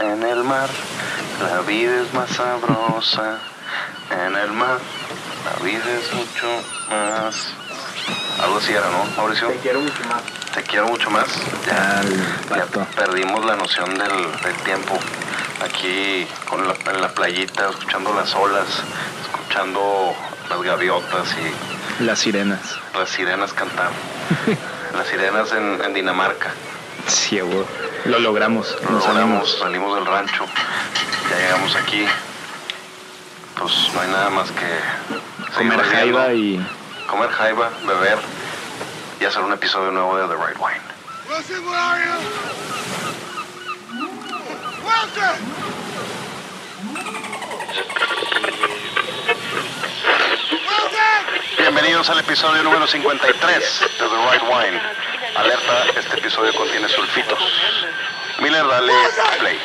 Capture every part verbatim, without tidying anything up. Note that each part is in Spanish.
en el mar, la vida es más sabrosa. En el mar, la vida es mucho más. Algo así era, ¿no, Mauricio? Te quiero mucho más. Te quiero mucho más. Ya, ya perdimos la noción del, del tiempo. Aquí con la, en la playita, escuchando las olas, escuchando las gaviotas y las sirenas. Las sirenas cantar. Las sirenas en, en Dinamarca. Sí, güey. Lo logramos. Lo logramos, salimos. salimos del rancho. Ya llegamos aquí. Pues no hay nada más que comer jaiba y comer jaiba, beber y hacer un episodio nuevo de The Right Wine. Wilson, where are you? Wilson! Bienvenidos al episodio número cincuenta y tres de The Right Wine. Alerta, este episodio contiene sulfitos. Miller, dale play.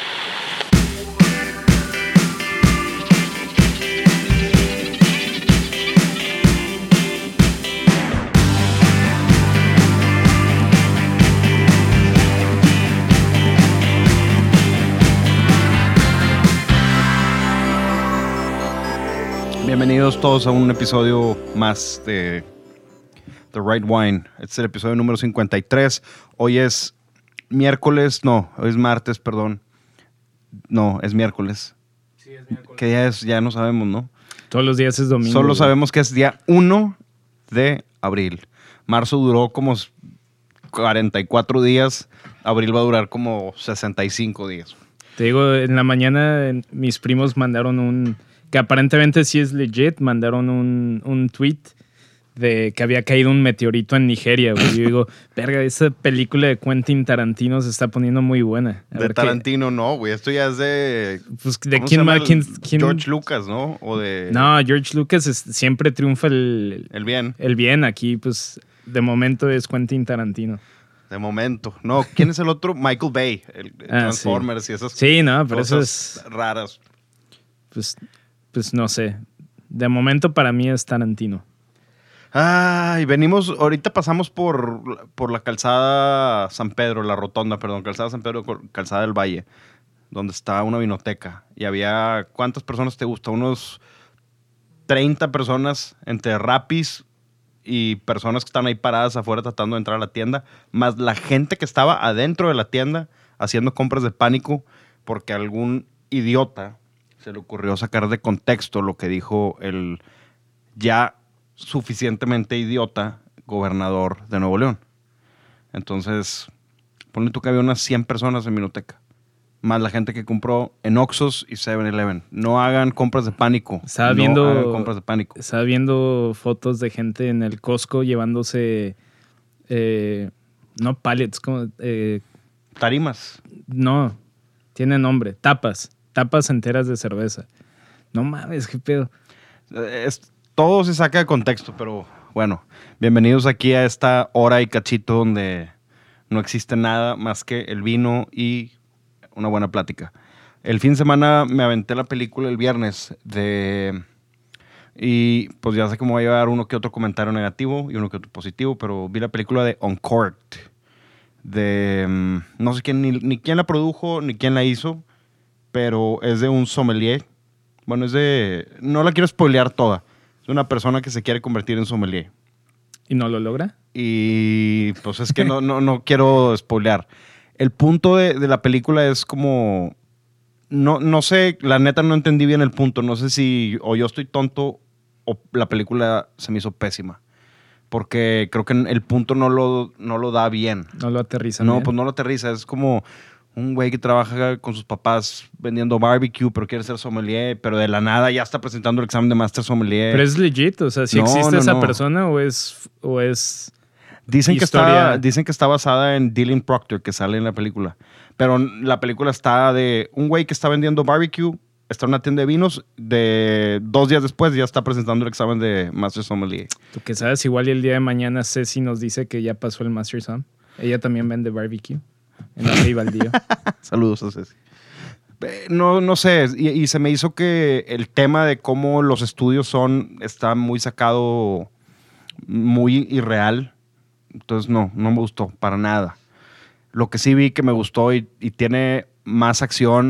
Bienvenidos todos a un episodio más de The Right Wine. Este es el episodio número cincuenta y tres. Hoy es miércoles, no, hoy es martes, perdón. No, es miércoles. Sí, es miércoles. Que ya, es, ya no sabemos, ¿no? Todos los días es domingo. Solo güey. sabemos que es día uno de abril. Marzo duró como cuarenta y cuatro días. Abril va a durar como sesenta y cinco días. Te digo, en la mañana mis primos mandaron un... que aparentemente sí es legit, mandaron un, un tweet de que había caído un meteorito en Nigeria, güey. Yo digo, verga, esa película de Quentin Tarantino se está poniendo muy buena. A de Tarantino qué... no, güey. Esto ya es de... Pues de quién más... ¿Quién, quién... George Lucas, ¿no? O de... No, George Lucas es, siempre triunfa el... El bien. El bien. Aquí, pues, de momento es Quentin Tarantino. De momento. No, ¿quién es el otro? Michael Bay. El ah, Transformers sí. y esas sí, no, pero cosas eso es... raras. Pues... Pues no sé. De momento para mí es Tarantino. Ay, venimos, ahorita pasamos por, por la calzada San Pedro, la rotonda, perdón, calzada San Pedro, calzada del Valle, donde está una vinoteca. Y había, ¿cuántas personas te gusta? Unos treinta personas entre rapis y personas que están ahí paradas afuera tratando de entrar a la tienda, más la gente que estaba adentro de la tienda haciendo compras de pánico porque algún idiota se le ocurrió sacar de contexto lo que dijo el ya suficientemente idiota gobernador de Nuevo León. Entonces, ponle tú que había unas cien personas en Vinoteca, más la gente que compró en Oxxos y seven eleven. No hagan compras de pánico. Estaba no viendo, hagan compras de pánico. Estaba viendo fotos de gente en el Costco llevándose, eh, no pallets, como... Eh, Tarimas. No, tiene nombre, tapas. Tapas enteras de cerveza. No mames, qué pedo. Es, todo se saca de contexto, pero bueno, bienvenidos aquí a esta hora y cachito donde no existe nada más que el vino y una buena plática. El fin de semana me aventé la película el viernes de... Y pues ya sé cómo va a llevar uno que otro comentario negativo y uno que otro positivo, pero vi la película de Uncorked. De... Um, no sé quién, ni, ni quién la produjo, ni quién la hizo, pero es de un sommelier. Bueno, es de... No la quiero spoilear toda. Es una persona que se quiere convertir en sommelier. ¿Y no lo logra? Y pues es que no, no, no quiero spoilear. El punto de, de la película es como... No, no sé, la neta no entendí bien el punto. No sé si o yo estoy tonto o la película se me hizo pésima. Porque creo que el punto no lo, no lo da bien. No lo aterriza No, bien. pues no lo aterriza. Es como... un güey que trabaja con sus papás vendiendo barbecue, pero quiere ser sommelier, pero de la nada ya está presentando el examen de Master Sommelier. Pero es legit, o sea, si no, existe no, esa no. persona o es, o es dicen que, historia... está, dicen que está basada en Dylan Proctor, que sale en la película. Pero la película está de un güey que está vendiendo barbecue, está en una tienda de vinos, de dos días después ya está presentando el examen de Master Sommelier. Tú que sabes, igual y el día de mañana Ceci nos dice que ya pasó el Master Somm. Ella también vende barbecue. En la Rey Baldío. Saludos a Ceci. No, no sé, y, y se me hizo que el tema de cómo los estudios son, está muy sacado, muy irreal. Entonces no, no me gustó para nada. Lo que sí vi que me gustó y, y tiene más acción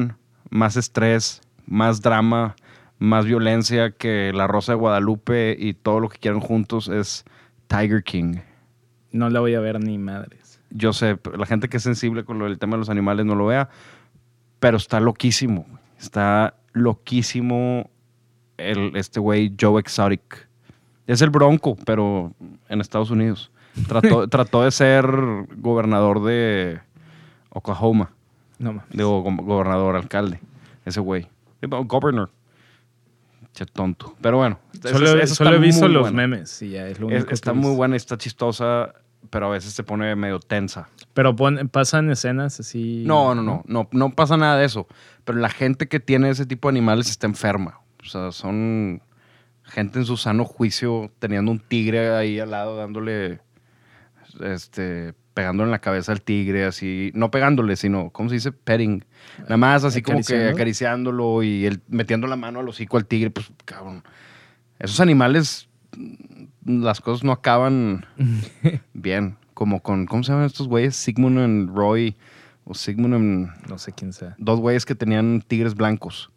más estrés, más drama, más violencia que La Rosa de Guadalupe y todo lo que quieran juntos es Tiger King. No la voy a ver ni madres. Yo sé, la gente que es sensible con lo del tema de los animales no lo vea, pero está loquísimo. Está loquísimo el, este güey Joe Exotic. Es el Bronco, pero en Estados Unidos. Trató, trató de ser gobernador de Oklahoma. No mames. Digo, go- gobernador, alcalde. Ese güey. Governor. Che tonto. Pero bueno. Solo, esa- esa solo está he visto muy los buena. memes y ya es lo Es- único que está he muy visto. buena y está chistosa, pero a veces se pone medio tensa. Pero pon- pasan escenas así. No, no, no, no, no pasa nada de eso. Pero la gente que tiene ese tipo de animales está enferma. O sea, son gente en su sano juicio teniendo un tigre ahí al lado, dándole, este, pegándole en la cabeza al tigre, así, no pegándole, sino, ¿cómo se dice? Petting. Nada más así como que ¿Acariciando? acariciándolo y él metiendo la mano al hocico al tigre, pues, cabrón. Esos animales, mm, las cosas no acaban bien. Como con, ¿cómo se llaman estos güeyes? Sigmund and Roy, o Sigmund and... No sé quién sea. Dos güeyes que tenían tigres blancos.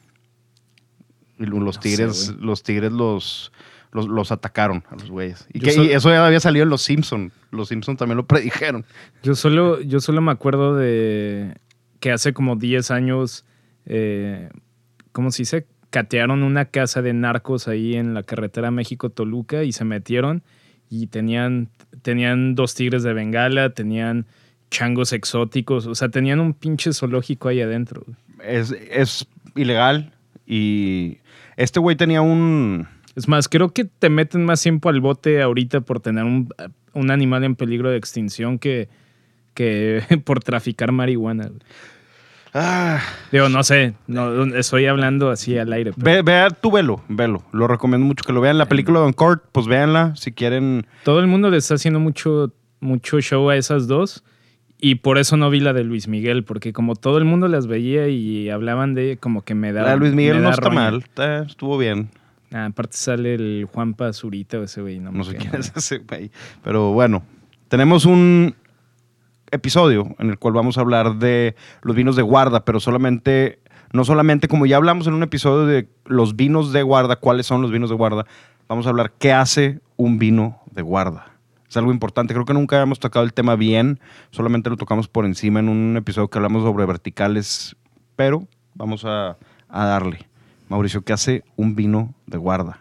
Y lo- los No tigres, sé, güey. los tigres los, los, los atacaron a los güeyes. Y, Yo que, solo- y eso ya había salido en Los Simpson. Los Simpson también lo predijeron. Yo solo, yo solo me acuerdo de que hace como diez años, eh, ¿cómo se dice? Catearon una casa de narcos ahí en la carretera México-Toluca y se metieron y tenían, tenían dos tigres de Bengala, tenían changos exóticos, o sea, tenían un pinche zoológico ahí adentro. Es, es ilegal. Y este güey tenía un... Es más, creo que te meten más tiempo al bote ahorita por tener un, un animal en peligro de extinción que, que por traficar marihuana. Ah, Digo, no sé, no, estoy hablando así al aire. pero ve, vea tu velo, velo. Lo recomiendo mucho que lo vean. La película de Don Court, pues véanla si quieren. todo el mundo le está haciendo mucho, mucho show a esas dos y por eso no vi la de Luis Miguel, porque como todo el mundo las veía y hablaban de como que me da La de Luis Miguel me no da está roña. mal. Está- estuvo bien. Ah, aparte sale el Juanpa Zurita o ese güey. No, me No sé cae quién mal. es ese güey. Pero bueno, tenemos un episodio en el cual vamos a hablar de los vinos de guarda, pero solamente, no solamente, como ya hablamos en un episodio de los vinos de guarda, cuáles son los vinos de guarda, vamos a hablar qué hace un vino de guarda. Es algo importante. Creo que nunca habíamos tocado el tema bien, solamente lo tocamos por encima en un episodio que hablamos sobre verticales, pero vamos a, a darle. Mauricio, ¿qué hace un vino de guarda?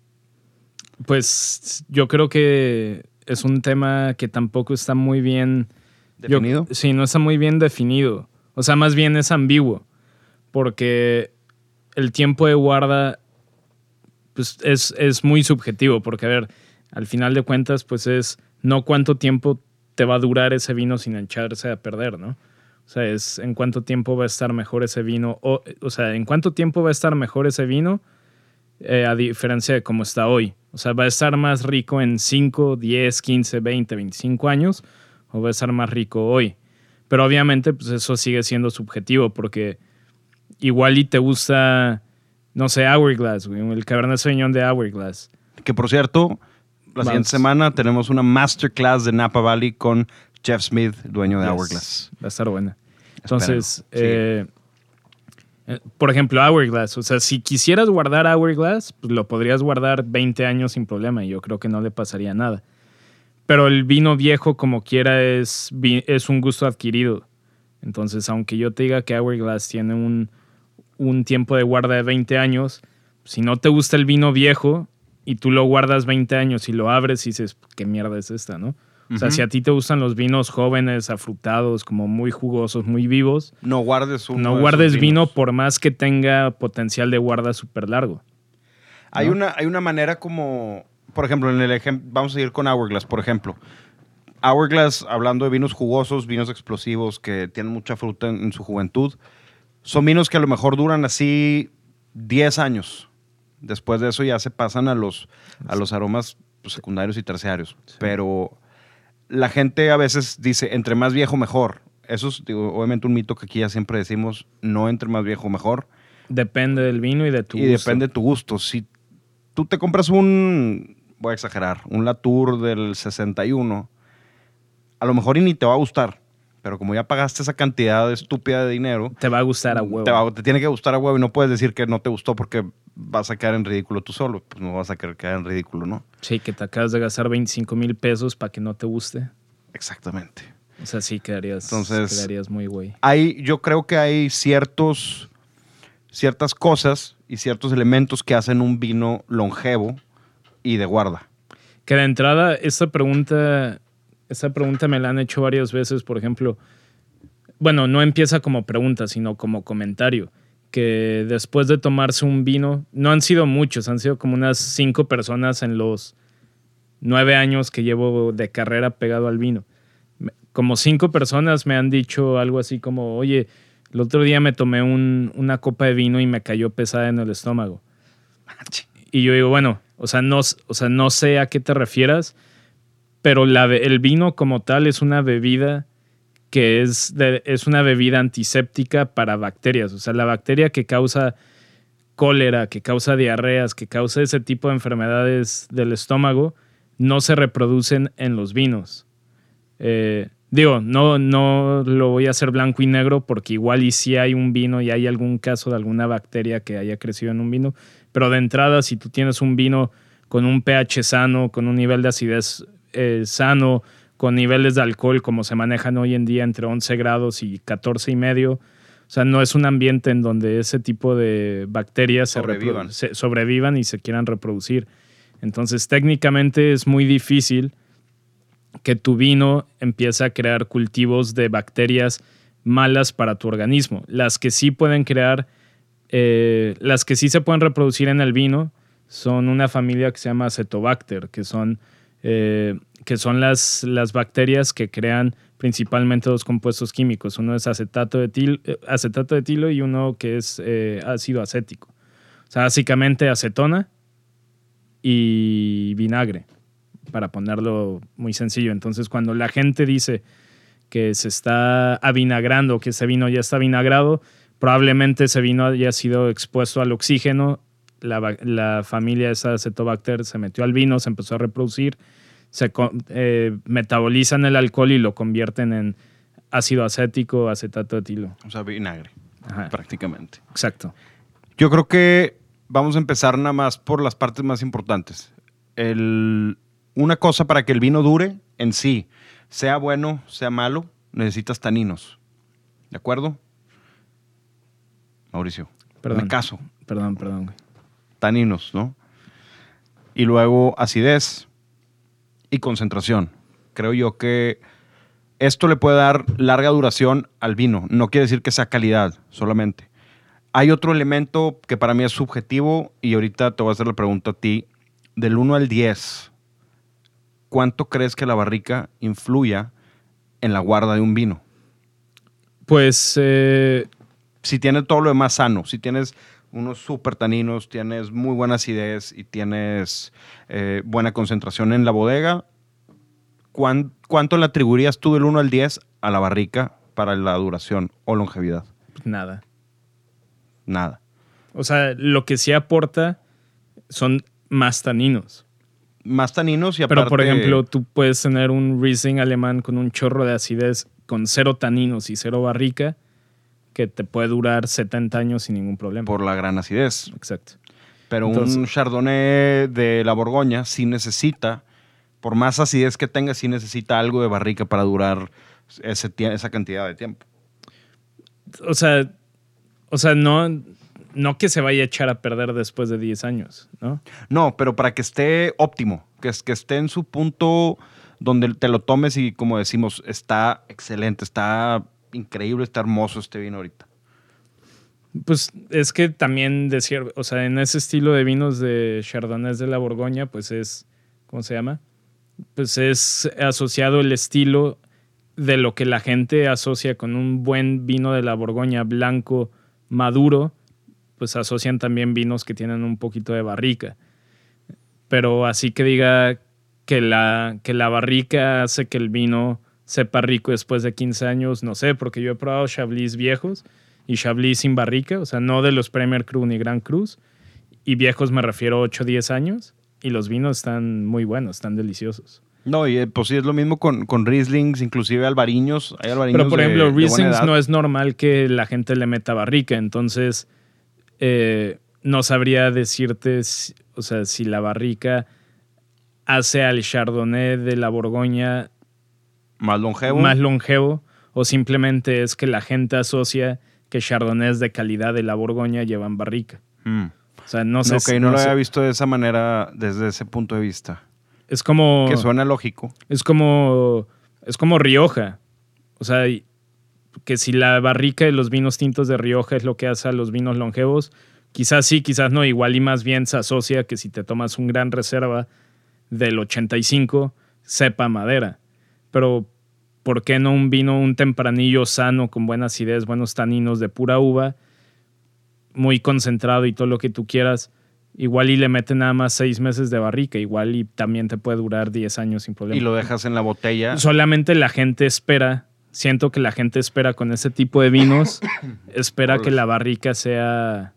Pues yo creo que es un tema que tampoco está muy bien yo- ¿Definido? sí, no está muy bien definido. O sea, más bien es ambiguo. Porque el tiempo de guarda pues, es, es muy subjetivo. Porque, a ver, al final de cuentas, pues es no cuánto tiempo te va a durar ese vino sin echarse a perder, ¿no? O sea, es en cuánto tiempo va a estar mejor ese vino. O, o sea, en cuánto tiempo va a estar mejor ese vino eh, a diferencia de cómo está hoy. O sea, va a estar más rico en cinco, diez, quince, veinte, veinticinco años o va a estar más rico hoy. Pero obviamente pues eso sigue siendo subjetivo porque igual y te gusta, no sé, Hourglass, güey, el Cabernet Sauvignon de Hourglass. Que por cierto, la Vamos. siguiente semana tenemos una masterclass de Napa Valley con Jeff Smith, dueño de Yes, Hourglass. Va a estar buena. Entonces, Espérenlo, eh, eh, por ejemplo, Hourglass. O sea, si quisieras guardar Hourglass, pues lo podrías guardar veinte años sin problema y yo creo que no le pasaría nada. Pero el vino viejo, como quiera, es, vi- es un gusto adquirido. Entonces, aunque yo te diga que Hourglass tiene un, un tiempo de guarda de veinte años, si no te gusta el vino viejo y tú lo guardas veinte años y lo abres y dices, ¿qué mierda es esta, no? O sea, Ujú. si a ti te gustan los vinos jóvenes, afrutados, como muy jugosos, muy vivos, No guardes uno no de esos guardes vino vinos. por más que tenga potencial de guarda súper largo. Hay, ¿no? una, hay una manera como, por ejemplo, en el ejemplo, vamos a ir con Hourglass, por ejemplo. Hourglass, hablando de vinos jugosos, vinos explosivos que tienen mucha fruta en, en su juventud, son vinos que a lo mejor duran así diez años. Después de eso ya se pasan a los, a los aromas pues, secundarios y terciarios. Sí. Pero la gente a veces dice, entre más viejo, mejor. Eso es, digo, obviamente, un mito que aquí ya siempre decimos, no entre más viejo, mejor. Depende del vino y de tu y gusto. depende de tu gusto. Si tú te compras un, voy a exagerar, un Latour del sesenta y uno, a lo mejor y ni te va a gustar. Pero como ya pagaste esa cantidad estúpida de dinero, Te va a gustar a huevo. te, va- te tiene que gustar a huevo y no puedes decir que no te gustó porque vas a quedar en ridículo tú solo. Pues no vas a querer quedar en ridículo, ¿no? Sí, que te acabas de gastar veinticinco mil pesos para que no te guste. Exactamente. O sea, sí quedarías, Entonces- quedarías muy güey. Hay, yo creo que hay ciertos, ciertas cosas y ciertos elementos que hacen un vino longevo y de guarda. Que de entrada, esta pregunta, esta pregunta me la han hecho varias veces, por ejemplo. Bueno, no empieza como pregunta, sino como comentario. Que después de tomarse un vino, no han sido muchos, han sido como unas cinco personas en los nueve años que llevo de carrera pegado al vino. Me- Como cinco personas me han dicho algo así como, oye, el otro día me tomé un- una copa de vino y me cayó pesada en el estómago. Y yo digo, bueno, o sea, no, o sea, no sé a qué te refieras, pero la, be- el vino como tal es una bebida que es, de- es una bebida antiséptica para bacterias. O sea, la bacteria que causa cólera, que causa diarreas, que causa ese tipo de enfermedades del estómago, no se reproducen en los vinos. Eh, digo, no, no lo voy a hacer blanco y negro porque igual y si hay un vino y hay algún caso de alguna bacteria que haya crecido en un vino, pero de entrada, si tú tienes un vino con un pH sano, con un nivel de acidez eh, sano, con niveles de alcohol como se manejan hoy en día entre once grados y catorce y medio, o sea, no es un ambiente en donde ese tipo de bacterias se Sobrevivan. reprodu- se sobrevivan y se quieran reproducir. Entonces, técnicamente es muy difícil que tu vino empiece a crear cultivos de bacterias malas para tu organismo. Las que sí pueden crear, eh, las que sí se pueden reproducir en el vino son una familia que se llama Acetobacter, que son, eh, que son las, las bacterias que crean principalmente dos compuestos químicos. Uno es acetato de, etil- eh, acetato de etilo y uno que es eh, ácido acético. O sea, básicamente acetona y vinagre, para ponerlo muy sencillo. Entonces, cuando la gente dice que se está avinagrando, que ese vino ya está vinagrado, probablemente ese vino haya sido expuesto al oxígeno, la, ba- la familia de esa Acetobacter se metió al vino, se empezó a reproducir, se co- eh, metabolizan el alcohol y lo convierten en ácido acético, acetato de etilo. O sea, vinagre, Ajá, prácticamente. exacto. Yo creo que vamos a empezar nada más por las partes más importantes. El, una cosa para que el vino dure en sí, sea bueno, sea malo, necesitas taninos. ¿De acuerdo? Mauricio, Perdón. me caso. Perdón, perdón, güey. Taninos, ¿no? Y luego acidez y concentración. Creo yo que esto le puede dar larga duración al vino. No quiere decir que sea calidad solamente. Hay otro elemento que para mí es subjetivo y ahorita te voy a hacer la pregunta a ti. Del uno al diez, ¿cuánto crees que la barrica influya en la guarda de un vino? Pues eh, Si tienes todo lo demás sano, si tienes unos súper taninos, tienes muy buena acidez y tienes eh, buena concentración en la bodega, ¿cuán- ¿cuánto le atribuirías tú del uno al diez a la barrica para la duración o longevidad? nada. Nada. O sea, lo que sí aporta son más taninos. Más taninos y aparte... Pero, por ejemplo, tú puedes tener un Riesling alemán con un chorro de acidez, con cero taninos y cero barrica, que te puede durar setenta años sin ningún problema. por la gran acidez. Exacto. Pero Entonces- un Chardonnay de la Borgoña sí necesita, por más acidez que tenga, sí necesita algo de barrica para durar ese tie- esa cantidad de tiempo. O sea, o sea no, no que se vaya a echar a perder después de diez años, ¿no? No, pero para que esté óptimo, que, es- que esté en su punto donde te lo tomes y, como decimos, está excelente, está increíble, está hermoso este vino ahorita. Pues es que también decir, o sea, en ese estilo de vinos de Chardonnay de la Borgoña, pues es, ¿cómo se llama? Pues es asociado el estilo de lo que la gente asocia con un buen vino de la Borgoña blanco, maduro, pues asocian también vinos que tienen un poquito de barrica. Pero así que diga que la, que la barrica hace que el vino sepa rico después de quince años, no sé, porque yo he probado Chablis viejos y Chablis sin barrica, o sea, no de los Premier Cru ni Grand Crus, y viejos me refiero a ocho o diez años, y los vinos están muy buenos, están deliciosos. No, y eh, pues sí, es lo mismo con, con Rieslings, inclusive albariños. Hay albariños Pero por de- ejemplo, de buena Rieslings edad. no es normal que la gente le meta barrica, entonces eh, no sabría decirte, si- o sea, si la barrica hace al Chardonnay de la Borgoña Más longevo. más longevo o simplemente es que la gente asocia que Chardonnays de calidad de la Borgoña llevan barrica. Mm. O sea, no sé. No, ok, si- no, lo sé. había visto de esa manera desde ese punto de vista. Es como... Que suena lógico. Es como, es como Rioja. O sea, y- que si la barrica de los vinos tintos de Rioja es lo que hace a los vinos longevos, quizás sí, quizás no. Igual y más bien se asocia que si te tomas un gran reserva del ochenta y cinco, sepa madera. Pero, ¿por qué no un vino, un tempranillo sano, con buena acidez, buenos taninos de pura uva, muy concentrado y todo lo que tú quieras? Igual y le meten nada más seis meses de barrica, igual y también te puede durar diez años sin problema. Y lo dejas en la botella. Solamente la gente espera, siento que la gente espera con ese tipo de vinos, espera que la barrica sea,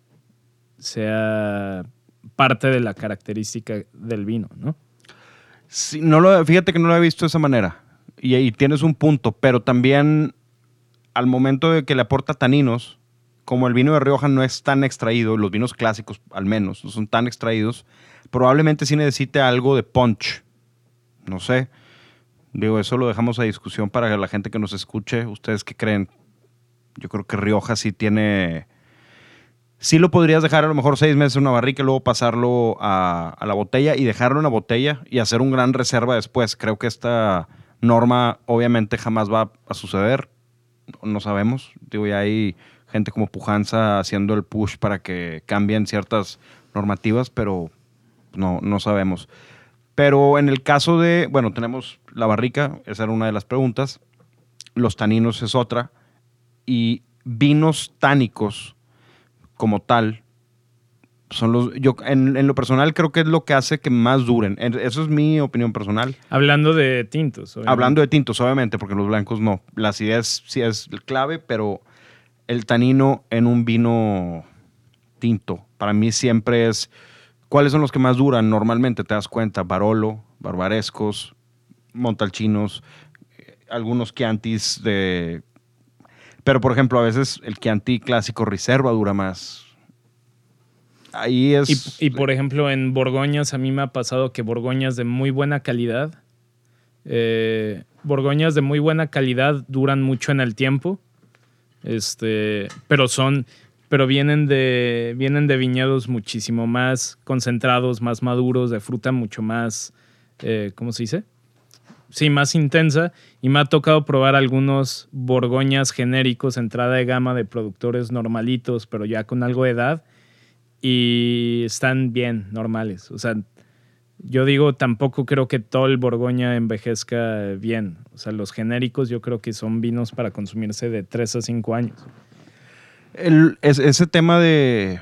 sea parte de la característica del vino, ¿no? Sí, no lo, fíjate que no lo he visto de esa manera. Y, y tienes un punto, pero también al momento de que le aporta taninos, como el vino de Rioja no es tan extraído, los vinos clásicos al menos no son tan extraídos, probablemente sí necesite algo de punch. No sé. Digo, eso lo dejamos a discusión para la gente que nos escuche. ¿Ustedes qué creen? Yo creo que Rioja sí tiene... Sí lo podrías dejar a lo mejor seis meses en una barrica y luego pasarlo a, a la botella y dejarlo en la botella y hacer un gran reserva después. Creo que esta norma obviamente jamás va a suceder. No sabemos. Digo, ya hay gente como Pujanza haciendo el push para que cambien ciertas normativas, pero no, no sabemos. Pero en el caso de, bueno, tenemos la barrica, esa era una de las preguntas. Los taninos es otra. Y vinos tánicos como tal, son los, yo en, en lo personal creo que es lo que hace que más duren. En- Eso es mi opinión personal. Hablando de tintos. Obviamente. Hablando de tintos, obviamente, porque los blancos no. La acidez sí es clave, pero el tanino en un vino tinto, para mí siempre es... ¿Cuáles son los que más duran normalmente? Te das cuenta, Barolo, Barbarescos, Montalcinos, eh, algunos Chiantis de... Pero, por ejemplo, a veces el Chianti clásico Reserva dura más. Ahí es... Y, y, por ejemplo, en Borgoñas, a mí me ha pasado que Borgoñas de muy buena calidad, eh, Borgoñas de muy buena calidad duran mucho en el tiempo, este, pero son, pero vienen de, vienen de viñedos muchísimo más concentrados, más maduros, de fruta mucho más, eh, ¿cómo se dice? Sí, más intensa. Y me ha tocado probar algunos Borgoñas genéricos, entrada de gama de productores normalitos, pero ya con algo de edad. Y están bien, normales. O sea, yo digo, tampoco creo que todo el Borgoña envejezca bien. O sea, los genéricos yo creo que son vinos para consumirse de tres a cinco años. El, es, ese tema de...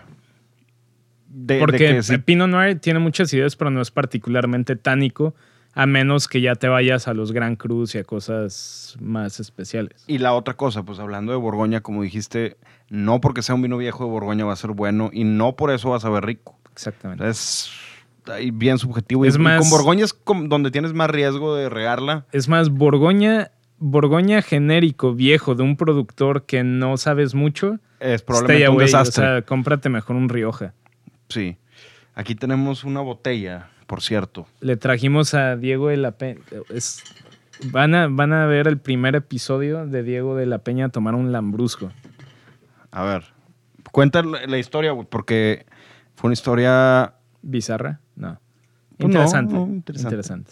de Porque de que si- el Pinot Noir tiene muchas ideas, pero no es particularmente tánico, a menos que ya te vayas a los Grand Crus y a cosas más especiales. Y la otra cosa, pues hablando de Borgoña, como dijiste, no porque sea un vino viejo de Borgoña va a ser bueno y no por eso va a saber rico. Exactamente. Es ahí bien subjetivo. Es y, más- y con Borgoña es com- donde tienes más riesgo de regarla. Es más, Borgoña, Borgoña genérico, viejo, de un productor que no sabes mucho, Es stay probablemente un away. desastre. O sea, cómprate mejor un Rioja. Sí. Aquí tenemos una botella, por cierto. Le trajimos a Diego de la Peña. Es, van, a, van a ver el primer episodio de Diego de la Peña tomar un lambrusco. A ver, cuenta la, la historia, güey, porque fue una historia... ¿Bizarra? No. Pues no, Interesante. no, interesante. interesante.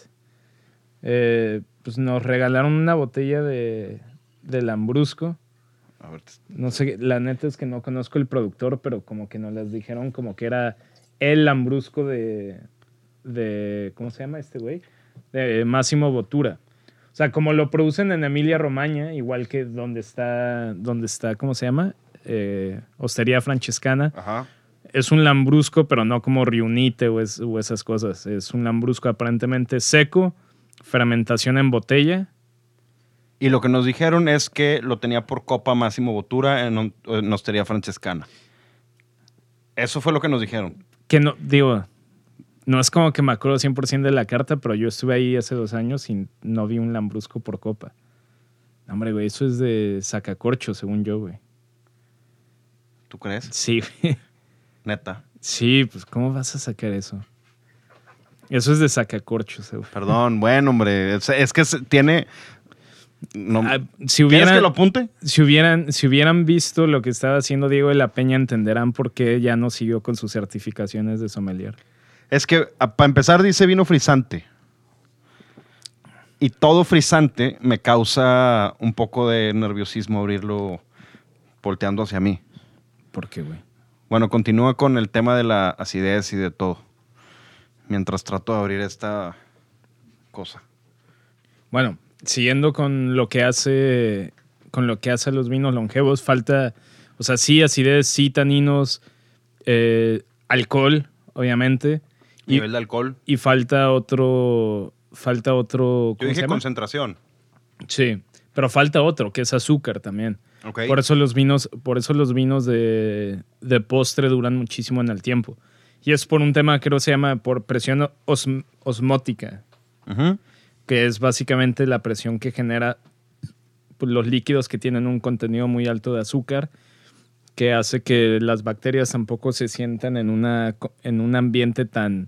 Eh, pues nos regalaron una botella de, de lambrusco. A ver, No sé, la neta es que no conozco el productor, pero como que nos las dijeron como que era el lambrusco de, de ¿cómo se llama este güey? De Máximo Bottura. O sea, como lo producen en Emilia Romagna, igual que donde está, donde está, ¿cómo se llama? Eh, Hostería Francescana. ajá. Es un lambrusco, pero no como riunite o, es- o esas cosas. Es un lambrusco aparentemente seco, fermentación en botella. Y lo que nos dijeron es que lo tenía por copa Máximo Bottura en, en Hostería Francescana. Eso fue lo que nos dijeron. Que no, digo, no es como que me acuerdo cien por ciento de la carta, pero yo estuve ahí hace dos años y no vi un Lambrusco por copa. No, hombre, güey, eso es de sacacorcho, según yo, güey. ¿Tú crees? Sí, güey. Neta. Sí, pues ¿cómo vas a sacar eso? Eso es de sacacorchos, güey. Perdón, bueno, hombre. Es, es que se- tiene... No, Ah, si ¿Quieres hubieran, que lo apunte? si, hubieran, si hubieran visto lo que estaba haciendo Diego de la Peña, entenderán por qué ya no siguió con sus certificaciones de sommelier. Es que, para empezar, dice vino frisante. Y todo frisante me causa un poco de nerviosismo abrirlo volteando hacia mí. ¿Por qué, güey? Bueno, continúa con el tema de la acidez y de todo. Mientras trato de abrir esta cosa. Bueno, siguiendo con lo que hace con lo que hace a los vinos longevos, falta, o sea, sí acidez, sí taninos, eh, alcohol, obviamente, y, Nivel de alcohol. y falta otro, falta otro, Yo ¿cómo se dije llama? concentración. Sí, pero falta otro, que es azúcar también. Ok. Por eso los vinos, por eso los vinos de, de postre duran muchísimo en el tiempo. Y es por un tema que creo se llama por presión osm- osmótica, Ujú. que es básicamente la presión que genera pues, los líquidos que tienen un contenido muy alto de azúcar, que hace que las bacterias tampoco se sientan en, una, en un ambiente tan,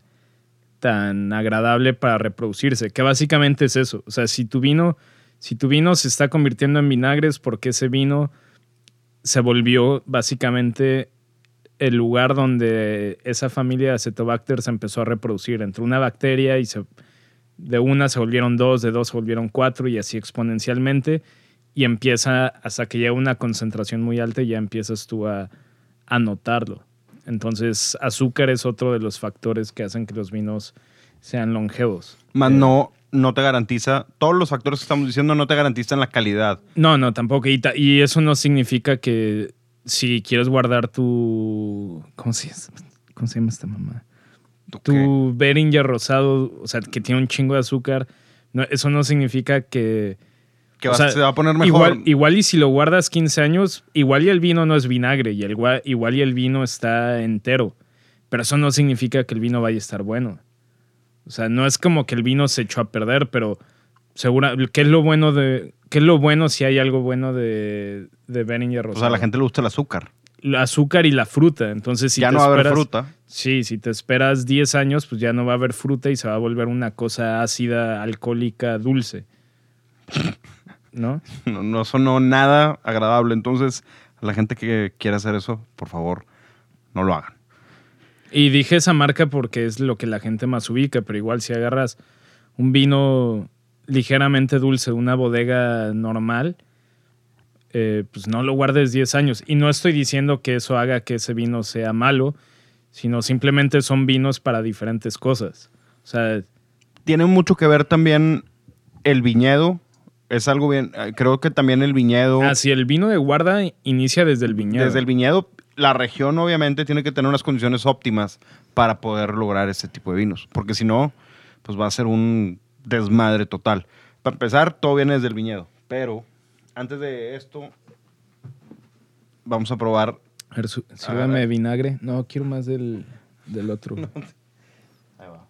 tan agradable para reproducirse, que básicamente es eso. O sea, si tu vino, si tu vino se está convirtiendo en vinagre es porque ese vino se volvió básicamente el lugar donde esa familia de Acetobacter se empezó a reproducir. Entró una bacteria y se, de una se volvieron dos, de dos se volvieron cuatro y así exponencialmente. Y empieza, hasta que llega una concentración muy alta y ya empiezas tú a, a notarlo. Entonces, azúcar es otro de los factores que hacen que los vinos sean longevos. Más Eh, no, no te garantiza, todos los factores que estamos diciendo no te garantizan la calidad. No, no, tampoco. Y, ta- y eso no significa que si quieres guardar tu... ¿Cómo se, cómo se llama esta mamá? ¿Tú qué? Tu Beringer rosado, o sea, que tiene un chingo de azúcar, no, eso no significa que... Que o vas- sea, se va a poner mejor. Igual, igual y si lo guardas quince años, igual y el vino no es vinagre y el, gua- igual y el vino está entero. Pero eso no significa que el vino vaya a estar bueno. O sea, no es como que el vino se echó a perder, pero segura, ¿qué es lo bueno de... ¿Qué es lo bueno si hay algo bueno de, de Beringer O rosado? sea, a la gente le gusta el azúcar. El azúcar y la fruta. Entonces, si ya te no va a haber esperas- fruta. Sí, si te esperas diez años, pues ya no va a haber fruta y se va a volver una cosa ácida, alcohólica, dulce. ¿No? No, no sonó nada agradable. Entonces, a la gente que quiera hacer eso, por favor, no lo hagan. Y dije esa marca porque es lo que la gente más ubica, pero igual si agarras un vino ligeramente dulce de una bodega normal, eh, pues no lo guardes diez años. Y no estoy diciendo que eso haga que ese vino sea malo, sino simplemente son vinos para diferentes cosas. O sea, Tiene mucho que ver también el viñedo. Es algo bien. eh, Creo que también el viñedo. ah, si el vino de guarda inicia desde el viñedo. Desde el viñedo, la región obviamente tiene que tener unas condiciones óptimas para poder lograr este tipo de vinos. Porque si no, pues va a ser un desmadre total. Para empezar, todo viene desde el viñedo. Pero antes de esto, vamos a probar. A ver, su- sírvame Ah, de vinagre. No, quiero más del, del otro. Ahí va.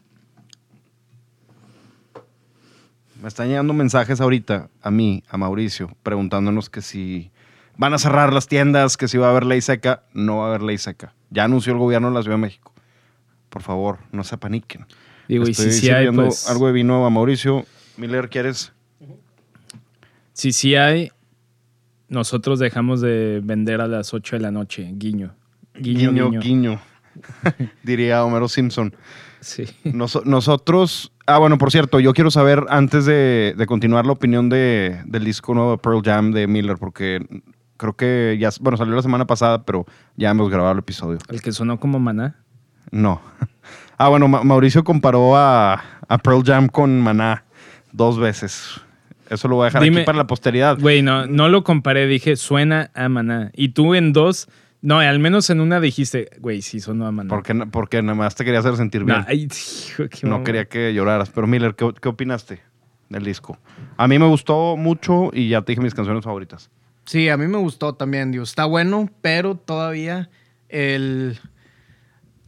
Me están llegando mensajes ahorita a mí, a Mauricio, preguntándonos que si van a cerrar las tiendas, que si va a haber ley seca. No va a haber ley seca. Ya anunció el gobierno de la Ciudad de México. Por favor, no se apaniquen. Digo, y Estoy si sí hay, sirviendo pues... algo de vino a Mauricio. Miller, ¿quieres? Si sí hay, nosotros dejamos de vender a las ocho de la noche. Guiño. Guiño, Guiño, guiño. guiño. Diría Homero Simpson. Sí. Nos- nosotros... Ah, bueno, por cierto, yo quiero saber, antes de, de continuar, la opinión de, del disco nuevo de Pearl Jam de Miller, porque creo que ya... Bueno, salió la semana pasada, pero ya hemos grabado el episodio. El que sonó como Maná. No. Ah, bueno, Ma- Mauricio comparó a, a Pearl Jam con Maná dos veces. Eso lo voy a dejar Dime- aquí para la posteridad. Güey, no, no lo comparé. Dije, suena a Maná. Y tú en dos... No, al menos en una dijiste, güey, sí sonó a Maná. Porque, porque nada más te quería hacer sentir bien. No, ay, hijo, qué No mamón. quería que lloraras. Pero Miller, ¿qué, qué opinaste del disco? A mí me gustó mucho y ya te dije mis canciones favoritas. Sí, a mí me gustó también, digo, está bueno, pero todavía el...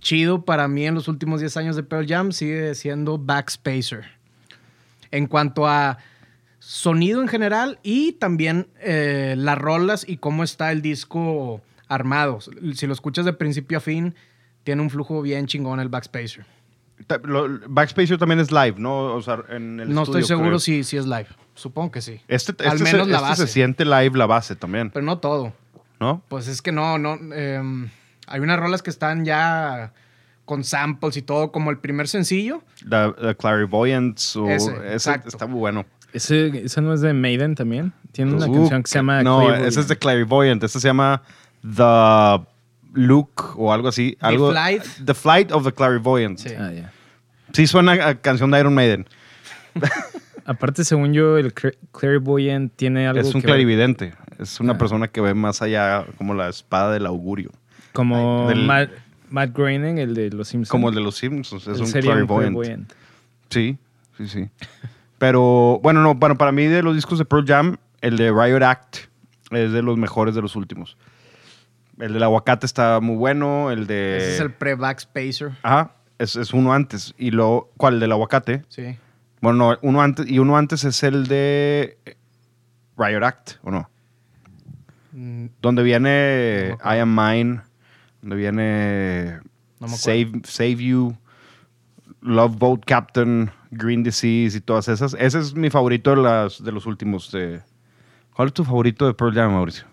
chido para mí en los últimos diez años de Pearl Jam sigue siendo Backspacer. En cuanto a sonido en general y también eh, las rolas y cómo está el disco armado. Si lo escuchas de principio a fin, tiene un flujo bien chingón el Backspacer. Backspacer también es live, ¿no? O sea, en el No estudio, estoy seguro creo. si, si es live. Supongo que sí. Este, este Al menos se, la este base. se siente live la base también, Pero no todo. ¿no? Pues es que no, no. Eh, hay unas rolas que están ya con samples y todo, como el primer sencillo. La, la Clairvoyance o Ese, ese exacto. está muy bueno. ¿Ese, ¿Ese no es de Maiden también? Tiene una Uh, canción que se llama... No, Clairvoyant. ese es de Clairvoyant. Este se llama The Look o algo así. The algo, Flight. The Flight of the Clairvoyant. Sí. Sí, Ah, ya. suena a canción de Iron Maiden. Aparte, según yo, el cl- Clairvoyant tiene algo Es un que ver- clarividente. Es una Ah. persona que ve más allá como la espada del augurio. Como Del- Matt, Matt Groening, el de Los Simpsons. Como el de los Simpsons. Es Él un sería clairvoyant. clairvoyant. Sí, sí, sí. Pero, bueno, no, bueno, para mí de los discos de Pearl Jam, el de Riot Act es de los mejores de los últimos. El del aguacate está muy bueno, el de... Ese es el pre-Backspacer. Ajá, es, es uno antes. Y luego, ¿cuál? El del aguacate. Sí. Bueno, no, uno antes, y uno antes es el de Riot Act, ¿o no? Mm, Donde viene No me acuerdo. I Am Mine, donde viene No me acuerdo. Save, Save You, Love Boat Captain, Green Disease y todas esas. Ese es mi favorito de, las, de los últimos. De... ¿Cuál es tu favorito de Pearl Jam, Mauricio?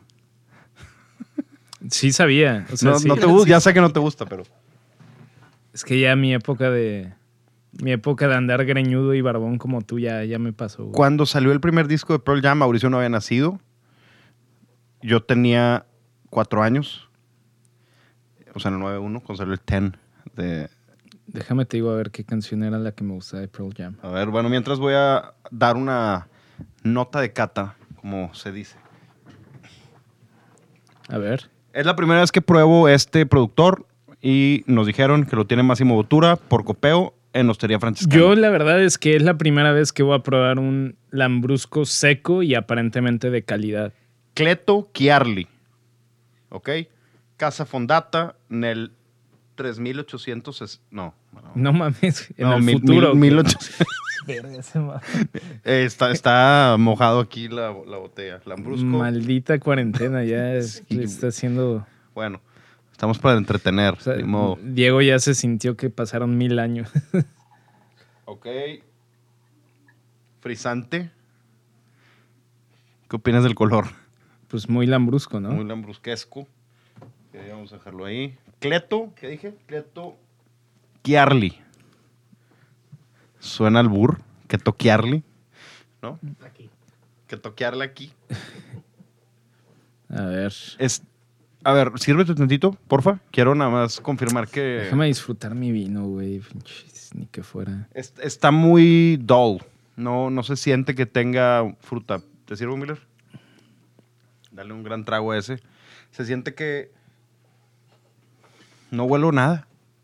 Sí sabía. O sea, no, sí. no te gusta, ya sé que no te gusta, pero... Es que ya mi época de... Mi época de andar greñudo y barbón como tú ya, ya me pasó. güey. Cuando salió el primer disco de Pearl Jam, Mauricio no había nacido. Yo tenía cuatro años. O sea, en el nueve uno, cuando salió el diez de... Déjame te digo a ver qué canción era la que me gustaba de Pearl Jam. A ver, bueno, mientras voy a dar una nota de cata, como se dice. A ver. Es la primera vez que pruebo este productor y nos dijeron que lo tiene Máximo Bottura por copeo en Hostería Franciscana. Yo la verdad es que es la primera vez que voy a probar un lambrusco seco y aparentemente de calidad. Cleto Chiarli. ¿Ok? Casa Fondata nel tres mil ochocientos... es- No. no. No mames, en No, el mil- futuro. mil- ¿qué? mil ochocientos. Verga, ese ma- Eh, está, está mojado aquí la, la botella. Lambrusco. Maldita cuarentena, ya es- Sí. le está haciendo... Bueno, estamos para entretener. O sea, ni modo. Diego ya se sintió que pasaron mil años. Ok. Frisante. ¿Qué opinas del color? Pues muy lambrusco, ¿no? Muy lambrusquesco. Ok, vamos a dejarlo ahí. Cleto, ¿qué dije? Cleto Chiarli. Suena al burr. Que toquearli. ¿No? Aquí. Que toquearle aquí. A ver, Es, a ver, sírvete tantito, porfa. Quiero nada más confirmar que déjame disfrutar mi vino, güey. Pinches, ni que fuera. es- está muy dull. No, no se siente que tenga fruta. ¿Te sirvo, Miller? Dale un gran trago a ese. Se siente que no huelo nada.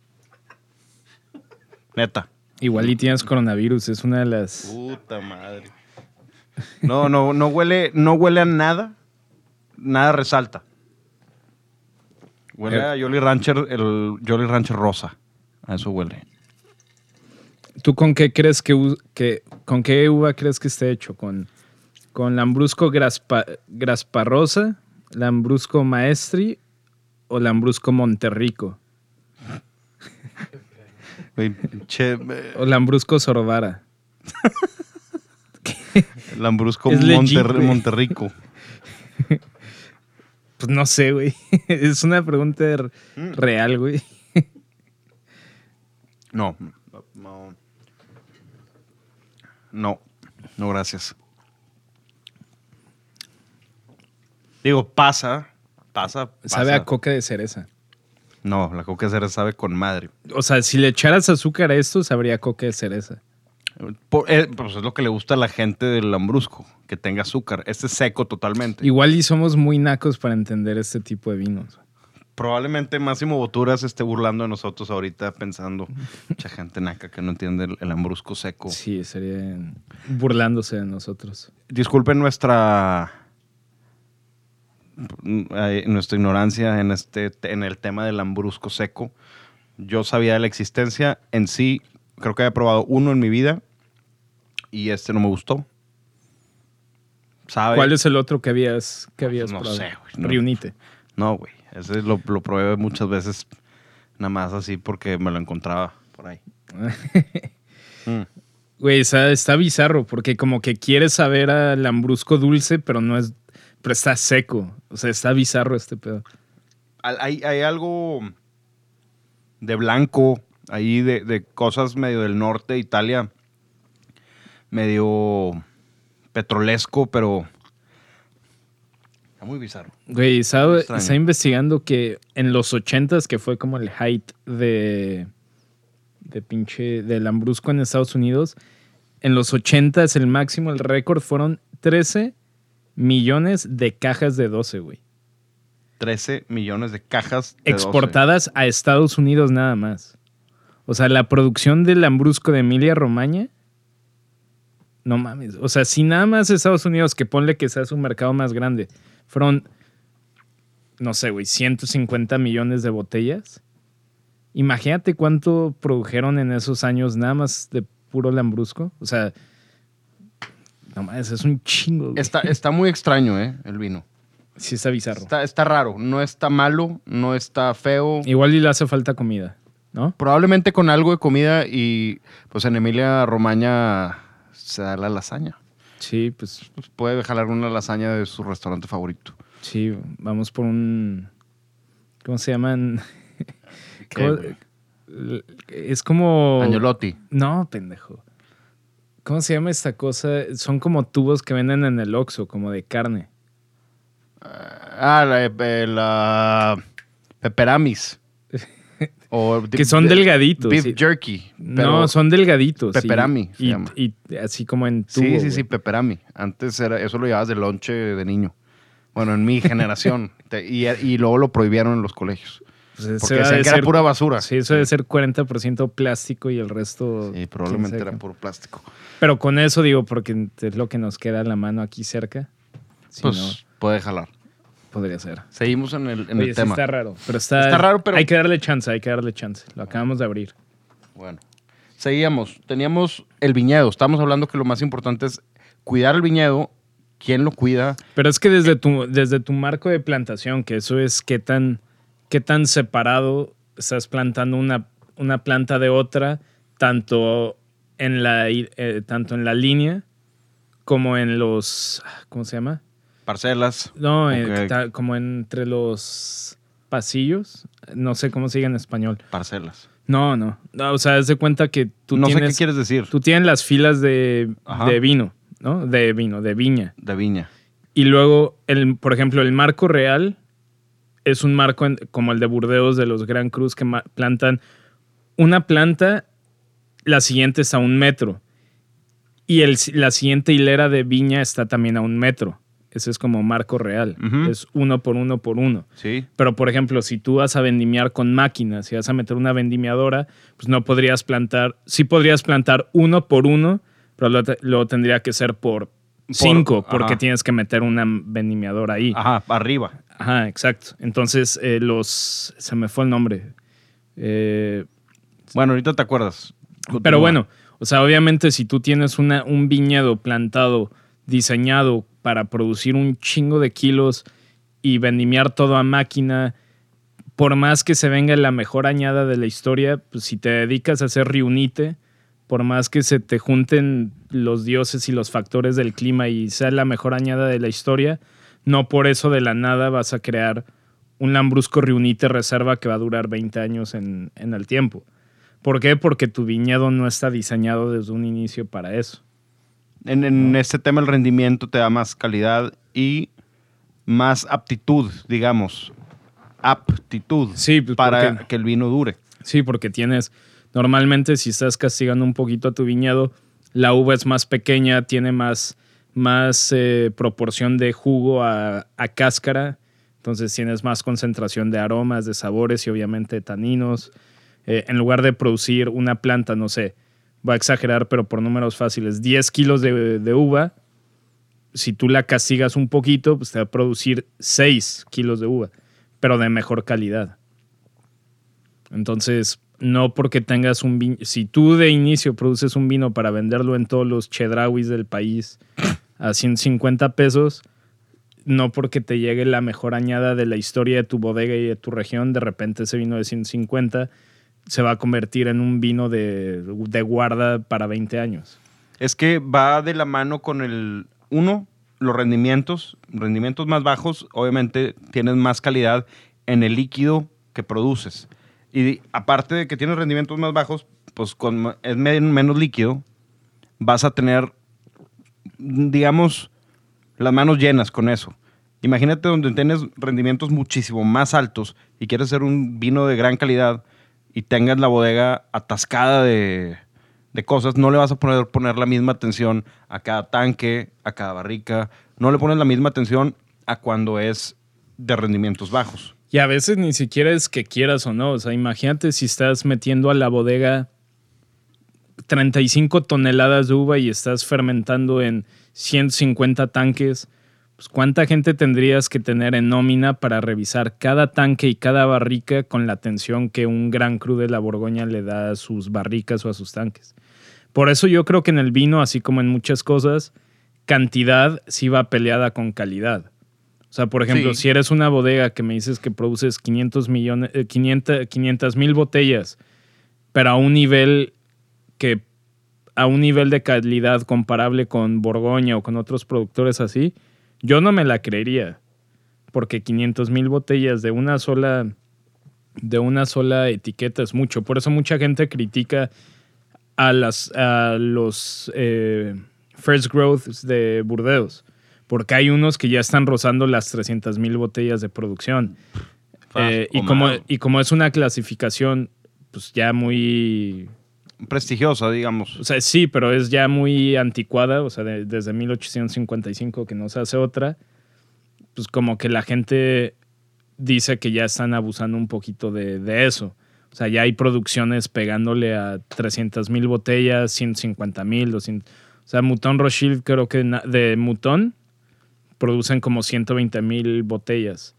Neta. Igual y tienes coronavirus, es una de las... Puta madre. No, no, no huele, no huele a nada. Nada resalta. Huele a Jolly Rancher, el Jolly Rancher rosa. A eso huele. ¿Tú con qué crees que, u- que con qué uva crees que esté hecho? ¿Con, con lambrusco graspa, grasparrosa, lambrusco maestri o lambrusco monterrico? Güey, che, eh, O lambrusco sorbara. Lambrusco Es legit, Monter- güey. Monterrico. Pues no sé, güey. Es una pregunta r- Mm. real, güey. No, no. No, no, gracias. Digo, pasa, pasa, pasa. Sabe a coca de cereza. No, la coca de cereza sabe con madre. O sea, si le echaras azúcar a esto, sabría coca de cereza. Por- eh, pues es lo que le gusta a la gente del lambrusco, que tenga azúcar. Este es seco totalmente. Igual y somos muy nacos para entender este tipo de vinos. Probablemente Máximo Botura se esté burlando de nosotros ahorita pensando, mucha gente naca que no entiende el, el lambrusco seco. Sí, sería burlándose de nosotros. Disculpen nuestra eh, nuestra ignorancia en este en el tema del lambrusco seco, Yo sabía de la existencia. En sí, creo que había probado uno en mi vida y este no me gustó. ¿Sabe? ¿Cuál es el otro que habías, que habías No probado? sé, güey, no. Reunite. No, güey. Ese lo, lo probé muchas veces nada más así porque me lo encontraba por ahí. Mm. Güey, está, está bizarro porque como que quieres saber al lambrusco dulce, pero no es... Pero está seco. O sea, está bizarro este pedo. Hay, hay algo de blanco ahí, de, de cosas medio del norte de Italia, medio petrolesco, pero está muy bizarro. Güey, estaba, Muy extraño. estaba investigando que en los ochentas, que fue como el height de, de pinche del lambrusco en Estados Unidos, en los ochentas el máximo, el récord fueron trece millones de cajas de doce, güey. trece millones de cajas de Exportadas a Estados Unidos nada más. O sea, la producción del lambrusco de Emilia Romagna, no mames. O sea, si nada más Estados Unidos, que ponle que sea su mercado más grande, fueron, no sé, güey, ciento cincuenta millones de botellas. Imagínate cuánto produjeron en esos años nada más de puro lambrusco. O sea, no mames, es un chingo, güey. Está, está muy extraño, ¿eh? El vino. Sí está bizarro. Está, está raro. No está malo, no está feo. Igual y le hace falta comida, ¿no? Probablemente con algo de comida y pues en Emilia Romagna se da la lasaña. Sí, pues Pues puede jalar una lasaña de su restaurante favorito. sí, vamos por un... ¿Cómo se llaman? ¿Qué, ¿Cómo- güey? Es como... Agnolotti. No, pendejo. ¿Cómo se llama esta cosa? Son como tubos que venden en el Oxxo, como de carne. Ah, la, eh, la peperamis. O Que son delgaditos. Beef sí. jerky. No, son delgaditos. sí. Pepperami se Y, llama. y así como en tubo. Sí, sí, sí, güey. peperami. Antes era, eso lo llevabas de lonche de niño. Bueno, en mi generación. Te- y, y luego lo prohibieron en los colegios. Pues eso Porque debe decían de que era ser- pura basura. Sí, eso debe ser cuarenta por ciento plástico y el resto... Sí, probablemente quién era sabe qué. puro plástico. Pero con eso digo, porque es lo que nos queda a la mano aquí cerca. Si Pues no, puede jalar. podría ser. Seguimos en el, en Oye, el sí tema. está raro. Pero está, Está raro, pero- Hay que darle chance, hay que darle chance. Lo acabamos de abrir. Bueno, seguíamos. Teníamos el viñedo. Estamos hablando que lo más importante es cuidar el viñedo. ¿Quién lo cuida? Pero es que desde tu, desde tu marco de plantación, que eso es qué tan, qué tan separado estás plantando una, una planta de otra, tanto en la, eh, tanto en la línea como en los... ¿Cómo se llama? Parcelas. No, eh, Ok. ta- como entre los pasillos. No sé cómo se diga en español. Parcelas. No, no. No, o sea, haz de cuenta que tú no sé tienes... qué quieres decir. Tú tienes las filas de, Ajá. de vino, ¿no? De vino, de viña. De viña. Y luego, el, por ejemplo, el marco real es un marco en- como el de Burdeos de los Gran Cruz que ma- plantan una planta, la siguiente está a un metro. Y el, la siguiente hilera de viña está también a un metro. Ese es como marco real. Ujú. Es uno por uno por uno. Sí. Pero, por ejemplo, si tú vas a vendimiar con máquinas, si vas a meter una vendimiadora, pues no podrías plantar, sí podrías plantar uno por uno, pero luego, te- luego tendría que ser por cinco, porque ajá. tienes que meter una vendimiadora ahí. Ajá, arriba. Ajá, exacto. Entonces, eh, los... Se me fue el nombre. Eh, Bueno, ahorita te acuerdas. pero Continúa. bueno, o sea, obviamente si tú tienes una, un viñedo plantado, diseñado para producir un chingo de kilos y vendimiar todo a máquina, por más que se venga la mejor añada de la historia, pues si te dedicas a hacer riunite, por más que se te junten los dioses y los factores del clima y sea la mejor añada de la historia, no por eso de la nada vas a crear un lambrusco riunite reserva que va a durar veinte años en, en el tiempo. ¿Por qué? Porque tu viñedo no está diseñado desde un inicio para eso. En, en este tema el rendimiento te da más calidad y más aptitud, digamos. Aptitud. Sí, pues, para porque- que el vino dure. Sí, porque tienes... Normalmente si estás castigando un poquito a tu viñedo, la uva es más pequeña, tiene más, más eh, proporción de jugo a, a cáscara. Entonces tienes más concentración de aromas, de sabores y obviamente de taninos. Eh, en lugar de producir una planta, no sé, voy a exagerar, pero por números fáciles, diez kilos de, de uva, si tú la castigas un poquito, pues te va a producir seis kilos de uva, pero de mejor calidad. Entonces, no porque tengas un vino. Si tú de inicio produces un vino para venderlo en todos los chedrawis del país a ciento cincuenta pesos, no porque te llegue la mejor añada de la historia de tu bodega y de tu región, de repente ese vino de ciento cincuenta se va a convertir en un vino de, de guarda para veinte años. Es que va de la mano con el, uno, los rendimientos, rendimientos más bajos, obviamente tienes más calidad en el líquido que produces. Y aparte de que tienes rendimientos más bajos, pues con es menos líquido, vas a tener, digamos, las manos llenas con eso. Imagínate donde tienes rendimientos muchísimo más altos y quieres hacer un vino de gran calidad y tengas la bodega atascada de, de cosas, no le vas a poner, poner la misma atención a cada tanque, a cada barrica, no le pones la misma atención a cuando es de rendimientos bajos. Y a veces ni siquiera es que quieras o no. O sea, imagínate si estás metiendo a la bodega treinta y cinco toneladas de uva y estás fermentando en ciento cincuenta tanques, pues ¿cuánta gente tendrías que tener en nómina para revisar cada tanque y cada barrica con la atención que un Gran Cru de la Borgoña le da a sus barricas o a sus tanques? Por eso yo creo que en el vino, así como en muchas cosas, cantidad sí va peleada con calidad. O sea, por ejemplo, sí. Si eres una bodega que me dices que produces quinientos millones, eh, quinientas mil botellas, pero a un nivel que a un nivel de calidad comparable con Borgoña o con otros productores así, yo no me la creería, porque quinientas mil botellas de una sola de una sola etiqueta es mucho. Por eso mucha gente critica a las a los eh, First Growths de Burdeos, porque hay unos que ya están rozando las trescientas mil botellas de producción. Eh, y, como, y como es una clasificación pues ya muy prestigiosa, digamos. O sea, sí, pero es ya muy anticuada, o sea, de, desde mil ochocientos cincuenta y cinco que no se hace otra, pues como que la gente dice que ya están abusando un poquito de, de eso. O sea, ya hay producciones pegándole a trescientas mil botellas, ciento cincuenta mil, doscientas. O sea, Mouton Rothschild, creo que na, de Mouton producen como ciento veinte mil botellas.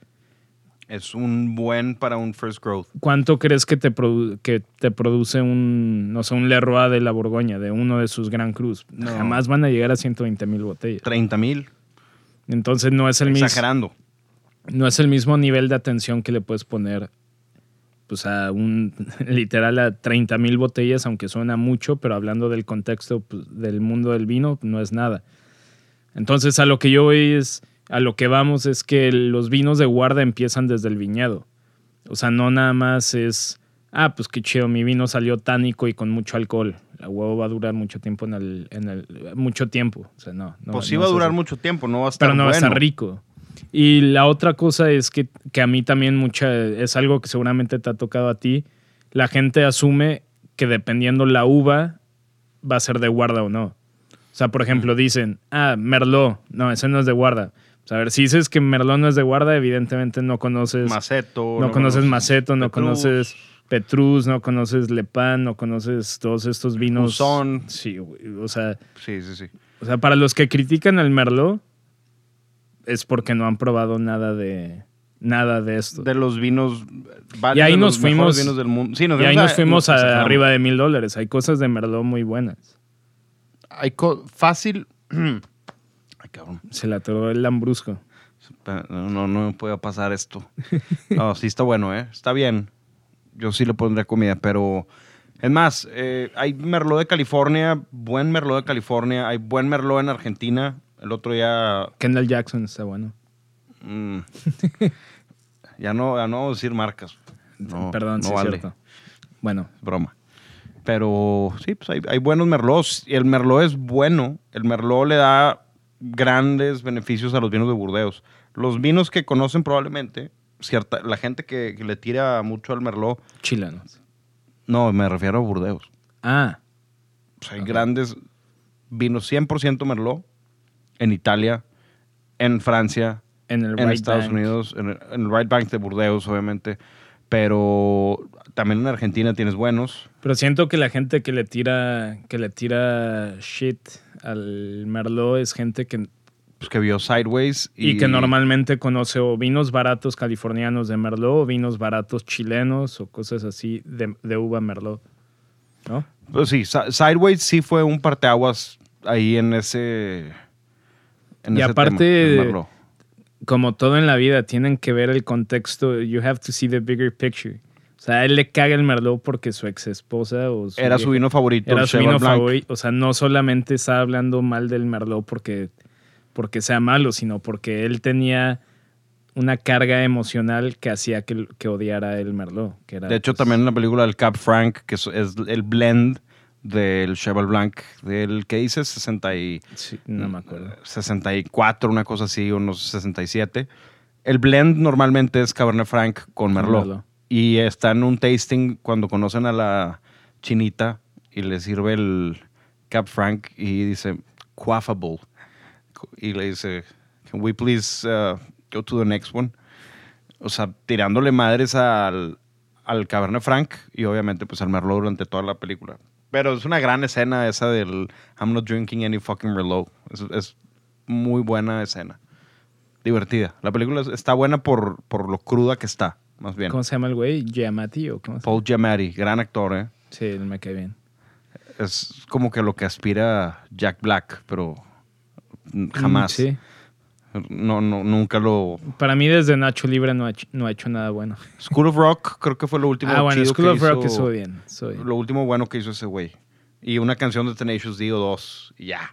Es un buen para un First Growth. ¿Cuánto crees que te, produ- que te produce un, no sé, un Leroy de la Borgoña, de uno de sus Grand Crus? No. Jamás van a llegar a ciento veinte mil botellas. treinta mil. Entonces no es el mismo. Exagerando. No es el mismo nivel de atención que le puedes poner pues a un literal a treinta mil botellas, aunque suena mucho, pero hablando del contexto pues, del mundo del vino, no es nada. Entonces a lo que yo voy es, a lo que vamos es que los vinos de guarda empiezan desde el viñedo. O sea, no nada más es, ah, pues qué chido, mi vino salió tánico y con mucho alcohol. La huevo va a durar mucho tiempo en el, en el mucho tiempo. O sea, no. no pues sí no va a durar así. mucho tiempo, no va a estar Pero no bueno. va a estar rico. Y la otra cosa es que, que a mí también mucha, es algo que seguramente te ha tocado a ti. La gente asume que dependiendo la uva va a ser de guarda o no. O sea, por ejemplo, dicen, ah, Merlot. No, ese no es de guarda. O sea, a ver, si dices que Merlot no es de guarda, evidentemente no conoces... Maceto. No, no conoces Maceto, no Petrus. conoces Petrus, no conoces Le Pen, no conoces todos estos vinos... Mousson. Sí, o sea... Sí, sí, sí. O sea, para los que critican el Merlot, es porque no han probado nada de... Nada de esto. De los vinos... Y ahí de nos los fuimos... vinos del mundo. Sí, nos y ahí fuimos nos a- fuimos nos a exageramos. arriba de mil dólares. Hay cosas de Merlot muy buenas. Hay co- fácil... Ay, cabrón. Se la atoró el lambrusco. No, no, no me puede pasar esto. No, sí está bueno, ¿eh? Está bien. Yo sí le pondría comida, pero... Es más, eh, hay Merlot de California, buen Merlot de California, hay buen Merlot en Argentina. El otro día... Kendall Jackson está bueno. mm, ya, no, ya no vamos a decir marcas. No, Perdón, no sí vale. es cierto. Bueno, Es broma. Pero sí, pues hay, hay buenos Merlots. Y el Merlot es bueno. El Merlot le da grandes beneficios a los vinos de Burdeos. Los vinos que conocen probablemente, cierta, la gente que, que le tira mucho al Merlot, chilenos. no, me refiero a Burdeos. Ah, O sea, hay Ok. grandes vinos cien por ciento Merlot en Italia, en Francia, en el en right Estados bank. Unidos, en el, en el Right Bank de Burdeos, obviamente. Pero también en Argentina tienes buenos. Pero siento que la gente que le tira que le tira shit al Merlot es gente que, pues, que vio Sideways. Y, Y, que normalmente conoce o vinos baratos californianos de Merlot o vinos baratos chilenos o cosas así de, de uva Merlot, ¿no? Pues sí, Sa- Sideways sí fue un parteaguas ahí en ese. En Y ese aparte, tema, el Merlot. como todo en la vida, tienen que ver el contexto. You have to see the bigger picture. O sea, a él le caga el Merlot porque su ex esposa o su Era su vieja- vino favorito. era el su Cheval vino Blanc. favorito. O sea, no solamente está hablando mal del Merlot porque, porque sea malo, sino porque él tenía una carga emocional que hacía que, que odiara el Merlot. Que era, De hecho, pues, también en la película del Cab Franc, que es, es el blend del Cheval Blanc, del que dice sesenta y, sí, no me acuerdo. sesenta y cuatro, una cosa así, unos sesenta y siete. El blend normalmente es Cabernet Franc con Merlot. Merlot. Y está en un tasting cuando conocen a la chinita y le sirve el Cab Franc y dice, quaffable. Y le dice, can we please uh, go to the next one? O sea, tirándole madres al, al Cabernet Franc y obviamente pues al Merlot durante toda la película. Pero es una gran escena esa del I'm not drinking any fucking Merlot. Es, es muy buena escena. Divertida. La película está buena por, por lo cruda que está, más bien. ¿Cómo se llama el güey? ¿Giamatti o cómo se llama? Paul Giamatti, gran actor, ¿eh? Sí, él me cae bien. Es como que lo que aspira Jack Black, pero jamás. Mm, sí. No, no, nunca lo... Para mí, desde Nacho Libre no ha hecho, no ha hecho nada bueno. School of Rock creo que fue lo último ah, bueno, chido School que of Rock hizo- estuvo bien. estuvo bien. Lo último bueno que hizo ese güey. Y una canción de Tenacious D o dos. Y ya.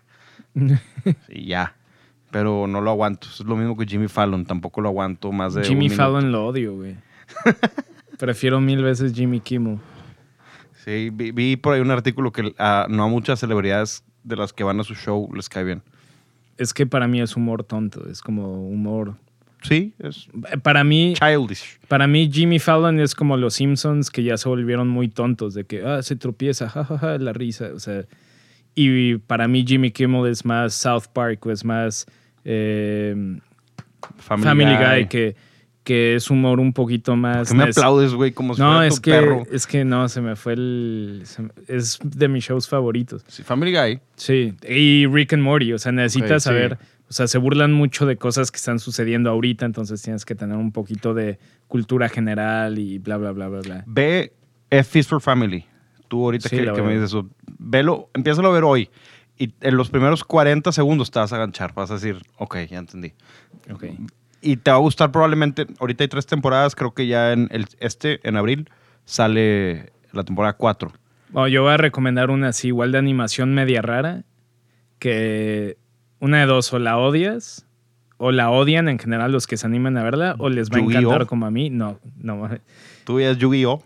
Y ya. Pero no lo aguanto. Es lo mismo que Jimmy Fallon. Tampoco lo aguanto más de Jimmy un minuto. Fallon lo odio, güey. Prefiero mil veces Jimmy Kimmel. Sí, vi, vi por ahí un artículo que a, no a muchas celebridades de las que van a su show les cae bien. Es que para mí es humor tonto. Es como humor... Sí, es Para mí, childish. para mí Jimmy Fallon es como los Simpsons que ya se volvieron muy tontos. De que, ah, se tropieza, jajaja, la risa. O sea... Y para mí Jimmy Kimmel es más South Park o es más eh, Family, Family Guy. Guy, que, que es humor un poquito más... ¿Qué me nes- aplaudes, güey? Como si No, fuera es tu que, perro. es que no, se me fue el... se me- es de mis shows favoritos. Sí, Family Guy. Sí, y Rick and Morty, o sea, necesitas Ok, sí. saber... O sea, se burlan mucho de cosas que están sucediendo ahorita, entonces tienes que tener un poquito de cultura general y bla, bla, bla, bla, bla. Ve F Feast for Family. Tú ahorita Sí, que, la que voy me a ver. dices eso. Velo, empiézalo a ver hoy. Y en los primeros cuarenta segundos te vas a aganchar. Vas a decir, ok, ya entendí. Ok. Y te va a gustar probablemente. Ahorita hay tres temporadas. Creo que ya en el, este, en abril, sale la temporada cuatro. Bueno, yo voy a recomendar una así, igual de animación media rara, que una de dos, o la odias, o la odian en general los que se animan a verla, o les va a Yu-Gi-Oh. encantar como a mí. No, no. Tú veías Yu-Gi-Oh.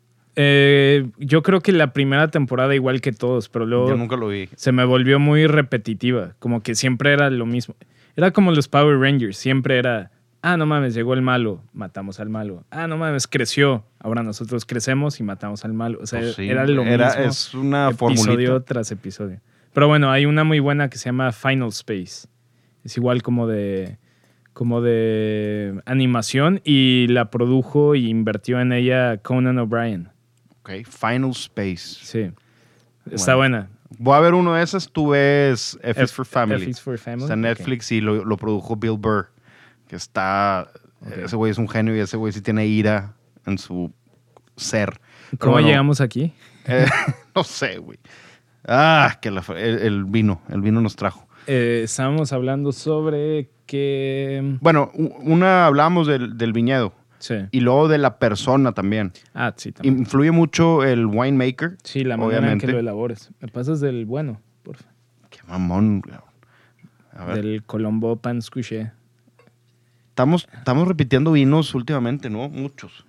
Eh, yo creo que la primera temporada igual que todos, pero luego Yo nunca lo vi. se me volvió muy repetitiva, como que siempre era lo mismo. Era como los Power Rangers, siempre era, ah, no mames, llegó el malo, matamos al malo. Ah, no mames, creció, ahora nosotros crecemos y matamos al malo. O sea, Pues sí, era lo era- mismo. Es una episodio formulita. tras episodio. Pero bueno, hay una muy buena que se llama Final Space. Es igual como de como de animación y la produjo y invirtió en ella Conan O'Brien. Ok, Final Space. Sí. Está Bueno. buena. Voy a ver uno de esos. Tú ves F is for Family. F is for Family. Está en Netflix y lo, lo produjo Bill Burr. Que está... Ok. Ese güey es un genio y ese güey sí tiene ira en su ser. Ok. Pero ¿Cómo bueno, llegamos aquí? eh, no sé, güey. Ah, que la fre- el, el vino. El vino nos trajo. Eh, estábamos hablando sobre que... Bueno, u- una hablábamos del, del viñedo. Sí. Y luego de la persona también. Ah, sí, también. Influye mucho el winemaker. Sí, la manera obviamente. en que lo elabores. Me pasas del bueno, por favor. Qué mamón. güey. A ver. Del Colombo Pan Squishe. Estamos, estamos repitiendo vinos últimamente, ¿no? Muchos.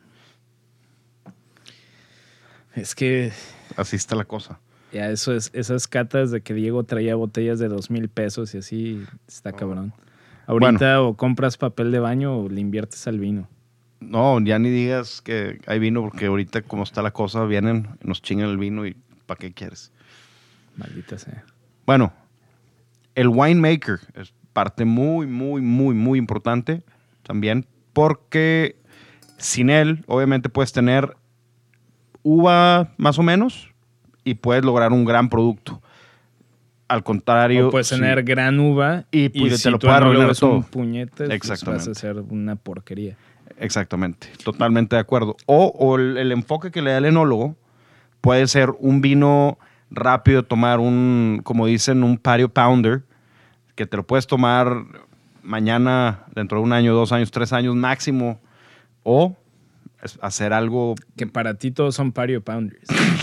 Es que Así está la cosa. ya eso es, esas catas de que Diego traía botellas de dos mil pesos y así está cabrón. Ahorita o compras papel de baño o le inviertes al vino. No, ya ni digas que hay vino porque ahorita como está la cosa, vienen, nos chingan el vino y ¿para qué quieres? Maldita sea. Bueno, el winemaker es parte muy, muy, muy, muy importante también porque sin él, obviamente puedes tener uva más o menos y puedes lograr un gran producto. Al contrario. O puedes sí. tener gran uva y, y, pues, si te lo tu puede enólogo arruinar es todo. un puñete, pues Exactamente. vas a hacer una porquería. Exactamente, totalmente de acuerdo. O, o el, el enfoque que le da el enólogo puede ser un vino rápido, tomar un, como dicen, un patio pounder, que te lo puedes tomar mañana, dentro de un año, dos años, tres años máximo, o hacer algo... Que para ti todos son patio pounders.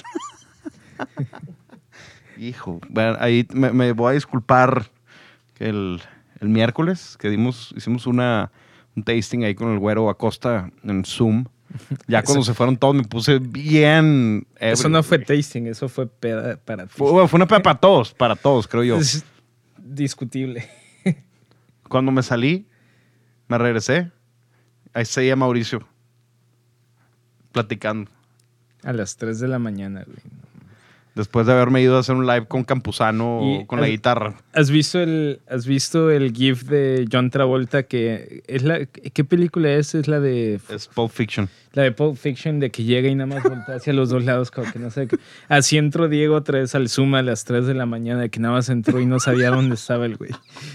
Hijo, bueno, ahí me, me voy a disculpar que el, el miércoles que dimos, hicimos una, un tasting ahí con el güero Acosta en Zoom. Ya cuando Eso- se fueron todos me puse bien ebrio, Eso no fue güey. tasting, eso fue peda para ti. Fue, bueno, fue una peda para todos, para todos, creo yo. Es discutible. Cuando me salí, me regresé, ahí seguía Mauricio platicando. A las tres de la mañana, güey. Después de haberme ido a hacer un live con Campuzano Y con la has- guitarra. ¿Has visto el, has visto el GIF de John Travolta que es la qué película es? Es la de Es Pulp Fiction. la de Pulp Fiction de que llega y nada más voltea hacia los dos lados como que no sé qué. Así entró Diego otra vez al Zoom a las tres de la mañana de que nada más entró y no sabía dónde estaba el güey.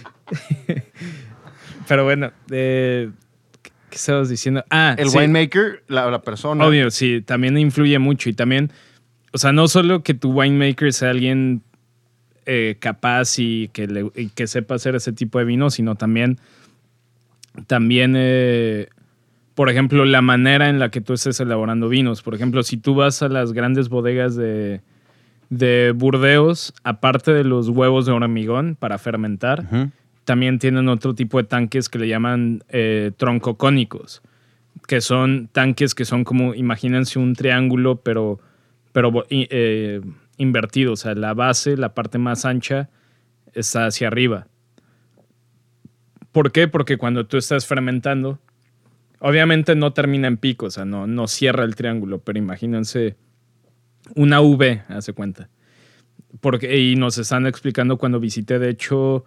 Pero bueno, eh, ¿qué qué estabas diciendo? Ah, El sí. winemaker, la, la persona. Obvio, sí, también influye mucho y también, o sea, no solo que tu winemaker sea alguien eh, capaz y que, le, y que sepa hacer ese tipo de vino, sino también, también eh, por ejemplo, la manera en la que tú estés elaborando vinos. Por ejemplo, si tú vas a las grandes bodegas de, de Burdeos, aparte de los huevos de hormigón para fermentar, Ujú. también tienen otro tipo de tanques que le llaman eh, troncocónicos, que son tanques que son como, imagínense un triángulo, pero, pero eh, invertido. O sea, la base, la parte más ancha, está hacia arriba. ¿Por qué? Porque cuando tú estás fermentando, obviamente no termina en pico, o sea, no, no cierra el triángulo, pero imagínense una V, hace cuenta. Porque, y nos están explicando cuando visité, de hecho...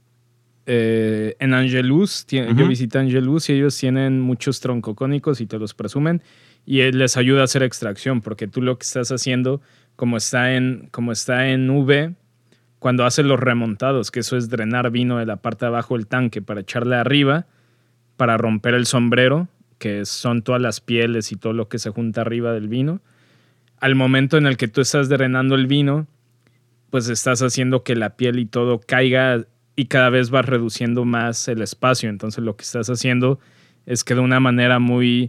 Eh, en Angelus, uh-huh. yo visité Angelus y ellos tienen muchos troncocónicos y te los presumen y él les ayuda a hacer extracción porque tú lo que estás haciendo, como está en, como está en V, cuando haces los remontados, que eso es drenar vino de la parte de abajo del tanque para echarle arriba, para romper el sombrero, que son todas las pieles y todo lo que se junta arriba del vino, al momento en el que tú estás drenando el vino, pues estás haciendo que la piel y todo caiga y cada vez vas reduciendo más el espacio. Entonces lo que estás haciendo es que de una manera muy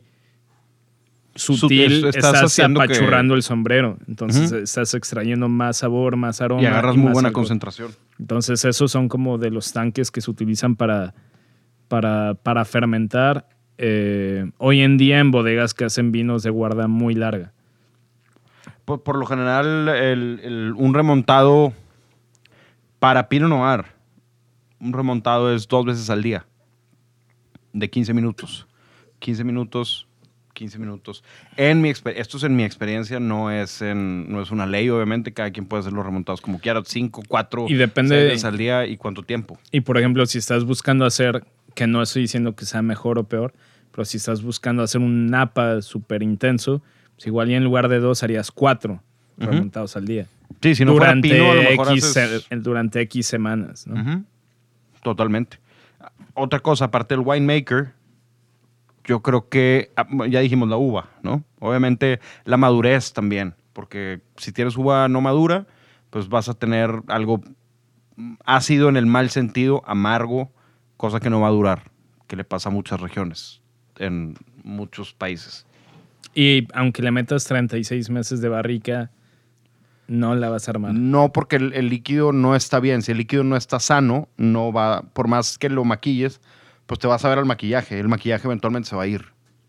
sutil estás estás apachurrando que... el sombrero. Entonces uh-huh. estás extrayendo más sabor, más aroma. Y agarras y muy más buena alcohol. concentración. Entonces esos son como de los tanques que se utilizan para, para, para fermentar. Eh, hoy en día en bodegas que hacen vinos de guarda muy larga. Por, por lo general, el, el, un remontado para Pinot Noir, un remontado es dos veces al día, de quince minutos. quince minutos, quince minutos. En mi exper- esto es en mi experiencia, no es, en, no es una ley, obviamente. Cada quien puede hacer los remontados como quiera, cinco, cuatro, y depende seis veces al día y cuánto tiempo. Y por ejemplo, si estás buscando hacer, que no estoy diciendo que sea mejor o peor, pero si estás buscando hacer un napa súper intenso, pues igual y en lugar de dos harías cuatro uh-huh. remontados al día. Sí, si no durante fuera Pinot, a lo mejor X, haces... se, durante X semanas, ¿no? Uh-huh. Totalmente. Otra cosa, aparte del winemaker, yo creo que, ya dijimos la uva, ¿no? Obviamente la madurez también, porque si tienes uva no madura, pues vas a tener algo ácido en el mal sentido, amargo, cosa que no va a durar, que le pasa a muchas regiones, en muchos países. Y aunque le metas treinta y seis meses de barrica, no la vas a armar. No, porque el, el líquido no está bien. Si el líquido no está sano, no va, por más que lo maquilles, pues te vas a ver al maquillaje. El maquillaje eventualmente se va a ir.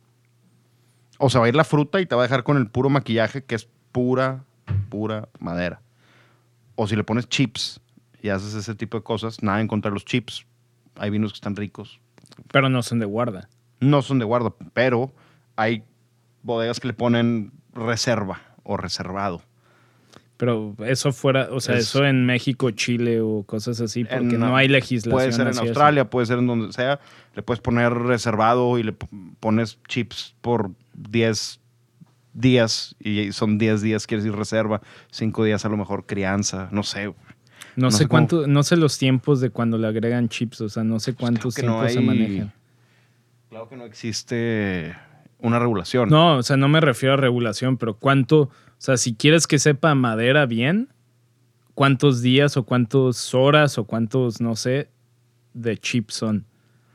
O se va a ir la fruta y te va a dejar con el puro maquillaje, que es pura, pura madera. O si le pones chips y haces ese tipo de cosas, nada en contra de los chips. Hay vinos que están ricos. Pero no son de guarda. No son de guarda, pero hay bodegas que le ponen reserva o reservado. Pero eso fuera, o sea, es, eso en México, Chile o cosas así, porque en, no hay legislación. Puede ser en Australia, eso. Puede ser en donde sea. Le puedes poner reservado y le pones chips por diez días y son diez días, quieres decir reserva, cinco días a lo mejor crianza, no sé. No, No sé sé cómo- cuánto, no sé los tiempos de cuando le agregan chips, o sea, no sé cuántos Pues creo que no tiempos se hay- manejan. Claro que no existe una regulación. No, o sea, no me refiero a regulación, pero cuánto, o sea, si quieres que sepa madera bien, cuántos días o cuántas horas o cuántos, no sé, de chips son.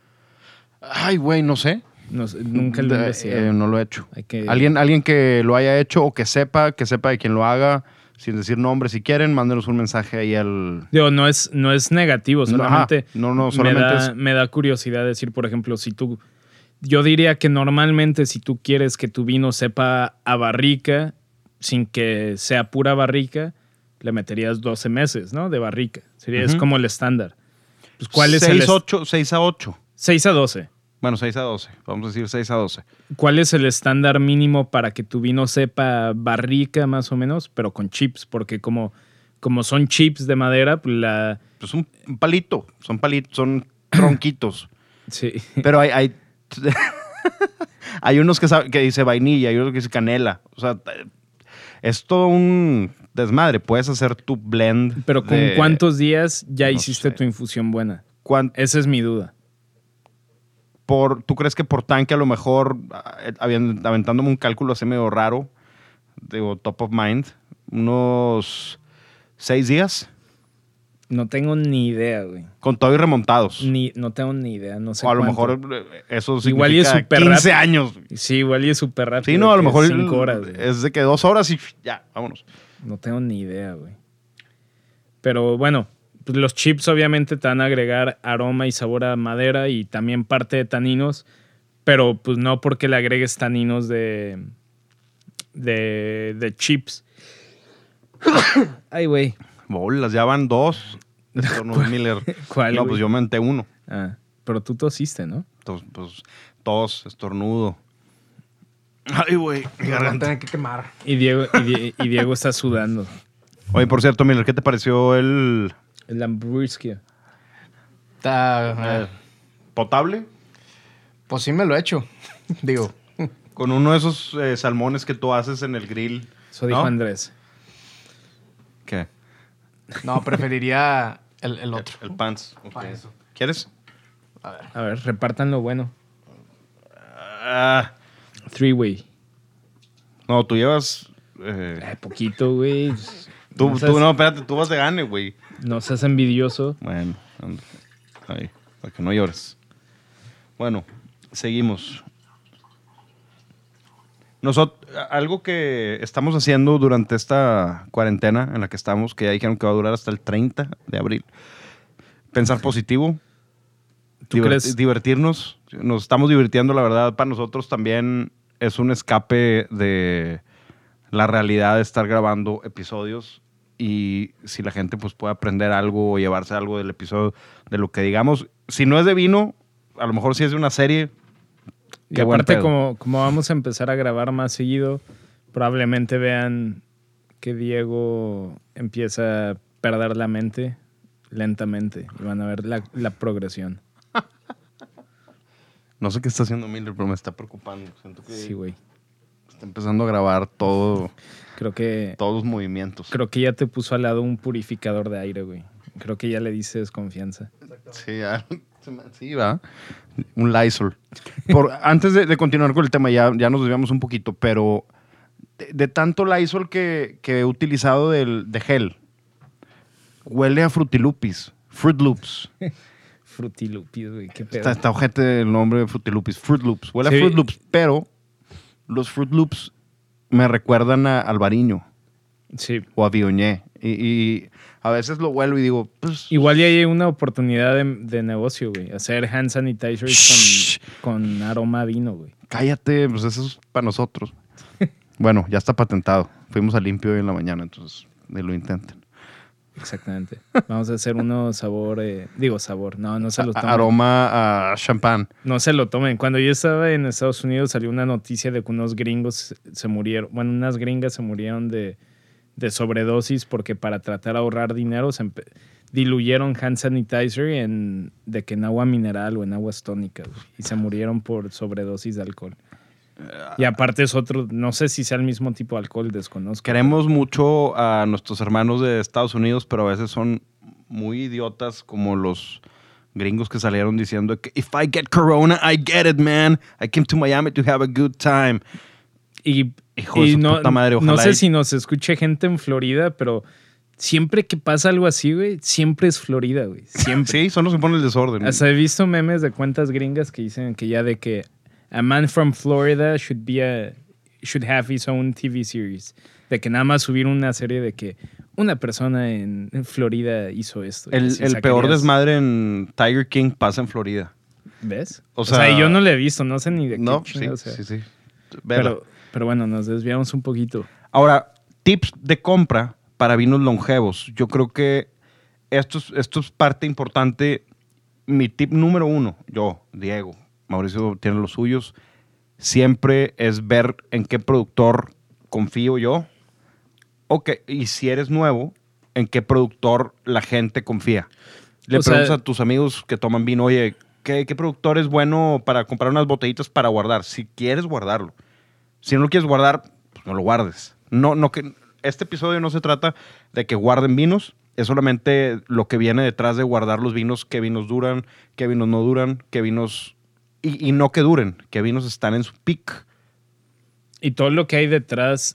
Ay, güey, no sé. No sé, nunca lo he De- investigado. eh, no lo he hecho. Hay que- Alguien, alguien que lo haya hecho o que sepa, que sepa de quién lo haga, sin decir nombre, si quieren, mándenos un mensaje ahí al... Digo, no es, no es negativo, No, solamente, ajá. No, no, solamente me, da, es- me da curiosidad decir, por ejemplo, si tú, yo diría que normalmente si tú quieres que tu vino sepa a barrica, sin que sea pura barrica, le meterías doce meses, ¿no? De barrica. Sería, es Ujú. como el estándar. Pues, ¿cuál es el seis, est- ocho, seis a ocho. seis a doce. Bueno, seis a doce. Vamos a decir seis a doce. ¿Cuál es el estándar mínimo para que tu vino sepa barrica más o menos, pero con chips? Porque como, como son chips de madera, pues la... Pues un, un palito. Son palitos, son tronquitos. Sí. Pero hay... hay hay unos que, sabe- que dice vainilla, hay otros que dice canela. O sea, es todo un desmadre. Puedes hacer tu blend. Pero ¿con de- cuántos días ya no hiciste sé. tu infusión buena? cuán- Esa es mi duda. por, ¿Tú crees que por tanque a lo mejor, ah, habiendo- aventándome un cálculo así medio raro, digo, top of mind, unos seis días No tengo ni idea, güey. con todo y remontados? Ni, no tengo ni idea, no sé o a lo cuánto. mejor eh, eso Igual y es significa súper quince rápido. años. Sí, igual y es súper rápido. Sí, no, a lo que mejor Cinco horas, güey. es de que dos horas y ya, vámonos. No tengo ni idea, güey. Pero bueno, pues los chips obviamente te van a agregar aroma y sabor a madera y también parte de taninos, pero pues no porque le agregues taninos de, de, de chips. Ay, güey. Bolas, ya van dos. Estornudos Miller. ¿Cuál, No, güey? pues yo me aventé uno. Ah, pero tú tosiste, ¿no? Entonces, pues, tos, estornudo. Ay, güey, mi Me van a garganta. tener que quemar. Y Diego, y, Die- y Diego está sudando. Oye, por cierto, Miller, ¿qué te pareció el El Lambruskia. Está- eh, potable? Pues sí me lo he hecho. Digo, Con uno de esos eh, salmones que tú haces en el grill. Eso dijo ¿no? Andrés. ¿Qué? no, preferiría el, el otro. El pants. Ok. Pa' eso. ¿Quieres? A ver. A ver, repartan lo bueno. Ah, Three-way. no, tú llevas... eh, Eh, poquito, güey. tú, no tú, seas- no, espérate, tú vas de gane, güey. No seas envidioso. Bueno, anda. Ahí, para que no llores. Bueno, seguimos. Nosotros, algo que estamos haciendo durante esta cuarentena en la que estamos, que ya dijeron que va a durar hasta el treinta de abril, pensar positivo, ¿Tú divert- crees? divertirnos. Nos estamos divirtiendo, la verdad, para nosotros también es un escape de la realidad de estar grabando episodios y si la gente pues puede aprender algo o llevarse algo del episodio, de lo que digamos. Si no es de vino, a lo mejor si es de una serie. Y Qué buen aparte, pedo. como, como vamos a empezar a grabar más seguido, probablemente vean que Diego empieza a perder la mente lentamente y van a ver la, la progresión. No sé qué está haciendo Miller, pero me está preocupando. Siento que Sí, güey. está empezando a grabar todo, Creo que, todos los movimientos. creo que ya te puso al lado un purificador de aire, güey. Creo que ya le dices confianza. Sí, ya. Se me- Sí, va. Un Lysol. Por, antes de, de continuar con el tema, ya, ya nos desviamos un poquito, pero de, de tanto Lysol que, que he utilizado del, de gel, huele a Frutilupis. Fruit Loops. Frutilupis, güey. Qué pedo. Está, está ojete el nombre de Frutilupis. Fruit Loops. Huele Sí. a Fruit Loops, pero los Fruit Loops me recuerdan a Albariño Sí. o a Viognier. Y, y a veces lo vuelvo y digo, pues... Igual ya hay una oportunidad de, de negocio, güey. Hacer hand sanitizers Shh. con, con aroma a vino, güey. Cállate, pues eso es para nosotros. Bueno, ya está patentado. Fuimos a limpio hoy en la mañana, entonces ni lo intenten. Exactamente. Vamos a hacer uno sabor, eh, digo sabor, no, no se lo A- tomen. aroma a champán. No se lo tomen. Cuando yo estaba en Estados Unidos salió una noticia de que unos gringos se murieron, bueno, unas gringas se murieron de, de sobredosis porque para tratar de ahorrar dinero se empe- diluyeron hand sanitizer en, de que en agua mineral o en aguas tónicas güey, y se murieron por sobredosis de alcohol. Y aparte es otro, no sé si sea el mismo tipo de alcohol, desconozco. Queremos mucho a nuestros hermanos de Estados Unidos, pero a veces son muy idiotas como los gringos que salieron diciendo que if I get corona, I get it, man. I came to Miami to have a good time. Y, Hijo de y su no, puta madre, no ojalá sé y- si nos escuche gente en Florida, pero siempre que pasa algo así, güey, siempre es Florida, güey. Siempre. Sí, son los que ponen el desorden. Hasta he visto memes de cuentas gringas que dicen que ya de que a man from Florida should be a should have his own T V series. De que nada más subir una serie de que una persona en en Florida hizo esto. y El, así el peor sacarías- desmadre en Tiger King pasa en Florida. ¿Ves? O O sea- sea, yo no le he visto, no sé ni de qué No, sí, chingados sea. sí, sí. Vela. Pero, pero bueno, nos desviamos un poquito. Ahora, tips de compra para vinos longevos. Yo creo que esto es, esto es parte importante. Mi tip número uno, yo, Diego, Mauricio tiene los suyos, siempre es ver en qué productor confío yo. Ok, y si eres nuevo, en qué productor la gente confía. Le O sea- preguntas a tus amigos que toman vino, oye, ¿qué, qué productor es bueno para comprar unas botellitas para guardar? Si quieres guardarlo. Si no lo quieres guardar, pues no lo guardes. No, no que, este episodio no se trata de que guarden vinos, es solamente lo que viene detrás de guardar los vinos, qué vinos duran, qué vinos no duran, qué vinos... Y, y no que duren, qué vinos están en su peak. Y todo lo que hay detrás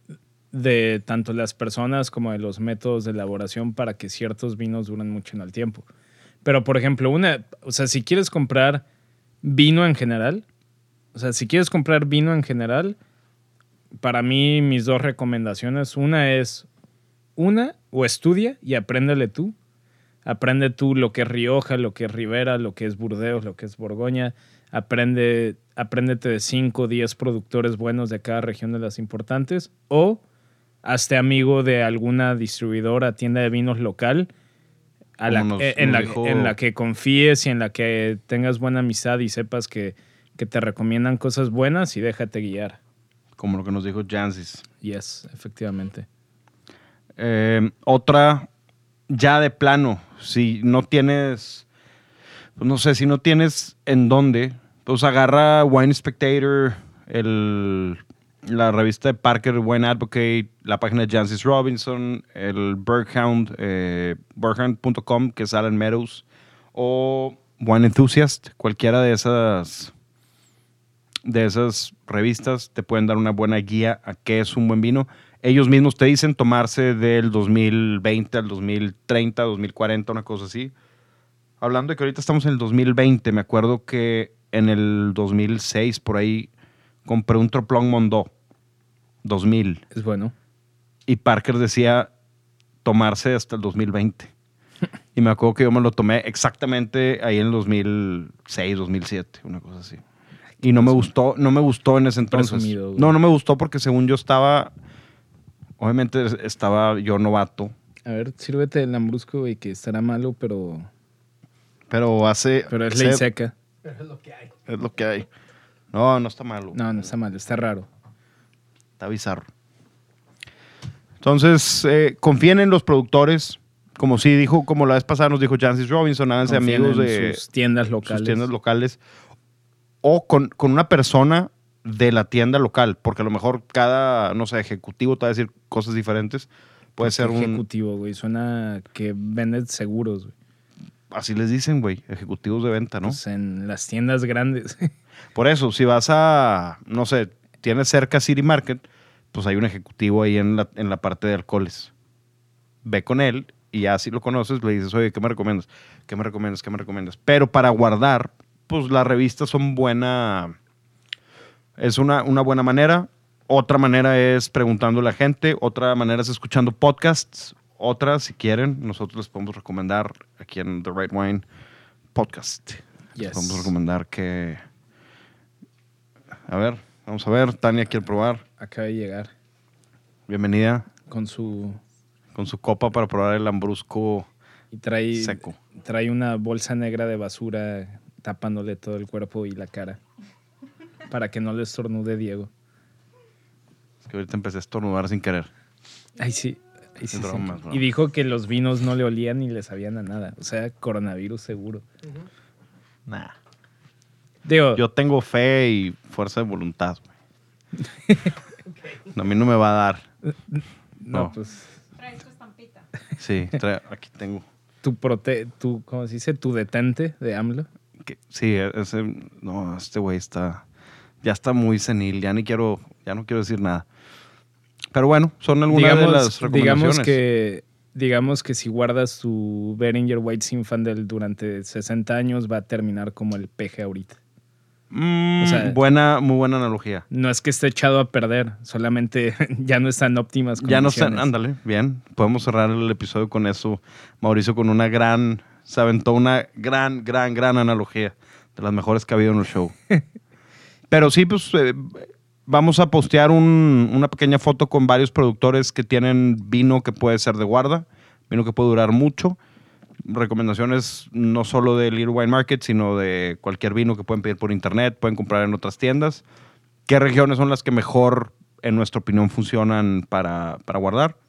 de tanto las personas como de los métodos de elaboración para que ciertos vinos duren mucho en el tiempo. Pero, por ejemplo, una, o sea, si quieres comprar vino en general, o sea, si quieres comprar vino en general, para mí mis dos recomendaciones, una es, una, o estudia y apréndele tú. Aprende tú lo que es Rioja, lo que es Ribera, lo que es Burdeos, lo que es Borgoña. Aprende, apréndete de cinco o diez productores buenos de cada región de las importantes. O hazte amigo de alguna distribuidora, tienda de vinos local a la, Como nos- eh, en, nos la, dijo- en la que confíes y en la que tengas buena amistad y sepas que, que te recomiendan cosas buenas y déjate guiar. Como lo que nos dijo Jancis. Yes, efectivamente. Eh, otra, ya de plano, si no tienes, pues no sé, si no tienes en dónde, pues agarra Wine Spectator, el, la revista de Parker, Wine Advocate, la página de Jancis Robinson, el Berghound, eh, berghound punto com, que es Alan Meadows, o Wine Enthusiast, cualquiera de esas, de esas revistas te pueden dar una buena guía a qué es un buen vino. Ellos mismos te dicen tomarse del dos mil veinte al dos mil treinta, dos mil cuarenta, una cosa así. Hablando de que ahorita estamos en el dos mil veinte, me acuerdo que en el dos mil seis, por ahí, compré un Troplong Mondot dos mil. Es bueno. Y Parker decía tomarse hasta el dos mil veinte. Y me acuerdo que yo me lo tomé exactamente ahí en el dos mil seis, dos mil siete, una cosa así. Y no me gustó, no me gustó en ese entonces. Presumido, güey. No, no me gustó porque según yo estaba, obviamente estaba yo novato, A ver, sírvete el lambrusco, güey, que estará malo, pero, pero hace... pero es ley ese- seca. Pero es lo que hay. Es lo que hay. No, no está malo. No, no está malo, está raro. Está bizarro. Entonces, eh, confíen en los productores. Como sí dijo, como la vez pasada nos dijo Jancis Robinson, háganse Confíen amigos en de sus tiendas locales. sus tiendas locales. O con, con una persona de la tienda local. Porque a lo mejor cada, no sé, ejecutivo te va a decir cosas diferentes. Puede ser un... ejecutivo, güey. Suena que venden seguros, güey. Así les dicen, güey. Ejecutivos de venta, ¿no? Pues en las tiendas grandes. Por eso, si vas a, no sé, tienes cerca City Market, pues hay un ejecutivo ahí en la, en la parte de alcoholes. Ve con él y ya si lo conoces, le dices, oye, ¿qué me recomiendas? ¿Qué me recomiendas? ¿Qué me recomiendas? Pero para guardar, pues las revistas son buena, es una, una buena manera. Otra manera es preguntando a la gente, otra manera es escuchando podcasts, otra, si quieren, nosotros les podemos recomendar aquí en The Right Wine Podcast. Les Yes. podemos recomendar que... A ver, vamos a ver. Tania quiere probar. Acaba de llegar Bienvenida con su... con su copa para probar el lambrusco Y trae, seco. trae una bolsa negra de basura tapándole todo el cuerpo y la cara. Para que no le estornude Diego. Es que ahorita empecé a estornudar sin querer. Ay, sí. Ay, sí, Es sí. broma, es broma. Y dijo que los vinos no le olían ni le sabían a nada. O sea, coronavirus seguro. Nah. Digo, Yo tengo fe y fuerza de voluntad, güey. A mí no me va a dar. no, no. pues... Traes tu estampita. Sí, trae- aquí tengo. tu, prote, tu, ¿cómo se dice? Tu detente de AMLO. Que, sí, ese, no, este güey está, ya está muy senil, ya ni quiero, ya no quiero decir nada. Pero bueno, son algunas digamos, de las recomendaciones. Digamos que, digamos que si guardas tu Behringer White Zinfandel durante sesenta años, va a terminar como el peje ahorita. Mm, o sea, buena, muy buena analogía. No es que esté echado a perder, solamente ya no están óptimas condiciones. Ya no están, ándale, bien. Podemos cerrar el episodio con eso. Mauricio con una gran, se aventó una gran, gran, gran analogía. De las mejores que ha habido en el show. Pero sí, pues eh, vamos a postear un, una pequeña foto con varios productores que tienen vino que puede ser de guarda, vino que puede durar mucho. Recomendaciones no solo de Little Wine Market, sino de cualquier vino que pueden pedir por internet, pueden comprar en otras tiendas. ¿Qué regiones son las que mejor, en nuestra opinión, funcionan para, para guardar?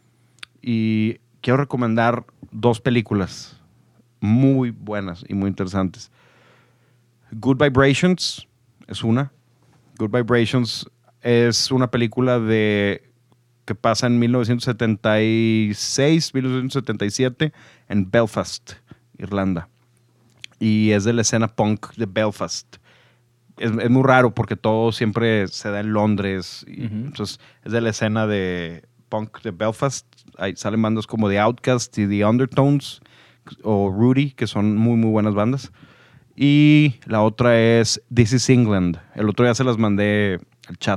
Y quiero recomendar dos películas muy buenas y muy interesantes. Good Vibrations es una. Good Vibrations es una película de... que pasa en mil novecientos setenta y seis, mil novecientos setenta y siete en Belfast, Irlanda. Y es de la escena punk de Belfast. Es, es muy raro porque todo siempre se da en Londres. Y uh-huh. Entonces es de la escena de punk de Belfast. Ahí salen bandas como The Outcast y The Undertones o Rudy, que son muy, muy buenas bandas. Y la otra es This is England. El otro día se las mandé al chat.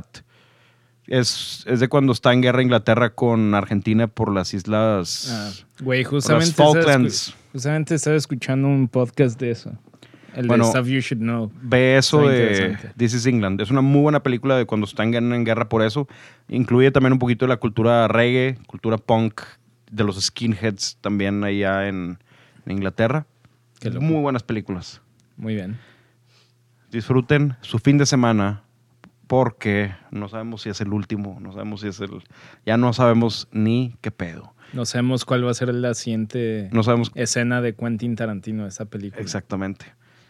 Es, es de cuando está en guerra Inglaterra con Argentina por las islas... Ah, güey, justamente, Falklands. Estaba, justamente estaba escuchando un podcast de eso. El bueno, de Stuff You Should Know. Ve eso de This is England. Es una muy buena película de cuando están en, en guerra por eso. Incluye también un poquito de la cultura reggae, cultura punk, de los skinheads también allá en, en Inglaterra. Muy buenas películas. Muy bien. Disfruten su fin de semana. Porque no sabemos si es el último, no sabemos si es el... Ya no sabemos ni qué pedo. No sabemos cuál va a ser la siguiente no sabemos... escena de Quentin Tarantino de esa película. Exactamente.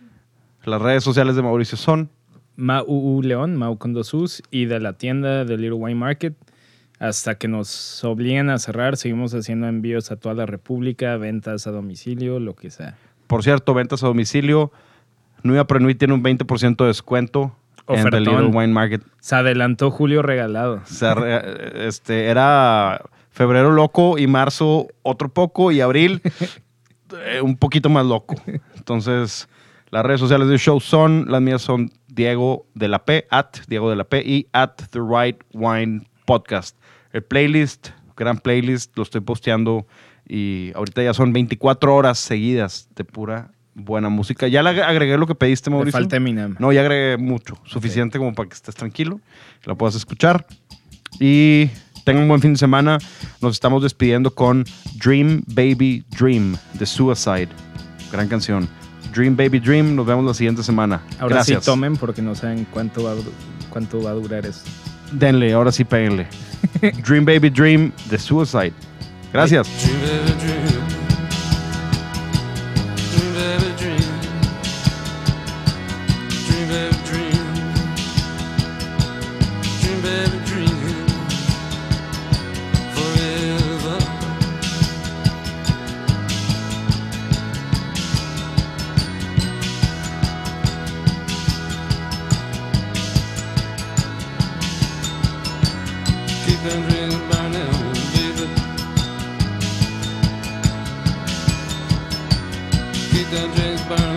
Las redes sociales de Mauricio son... Mau León, Mau con dos U's, y de la tienda de Little Wine Market. Hasta que nos obliguen a cerrar, seguimos haciendo envíos a toda la República, ventas a domicilio, lo que sea. Por cierto, ventas a domicilio. Nui Aprenui tiene un veinte por ciento de descuento. Ofertón. En The Little Wine Market. Se adelantó Julio regalado. Se re, este, era febrero loco y marzo otro poco y abril eh, un poquito más loco. Entonces, las redes sociales del show son, las mías son Diego de la P, at Diego de la P y at The Right Wine Podcast. El playlist, gran playlist, lo estoy posteando y ahorita ya son veinticuatro horas seguidas de pura... buena música. Ya le agregué lo que pediste, Mauricio. Me falta Eminem. No, ya agregué mucho. Suficiente okay. Como para que estés tranquilo. La puedas escuchar. Y tengan un buen fin de semana. Nos estamos despidiendo con Dream Baby Dream de Suicide. Gran canción. Dream Baby Dream. Nos vemos la siguiente semana. Ahora Gracias. sí tomen porque no saben cuánto va, cuánto va a durar esto. Denle, ahora sí péguenle. Dream Baby Dream de Suicide. Gracias. Keep them dreams burning.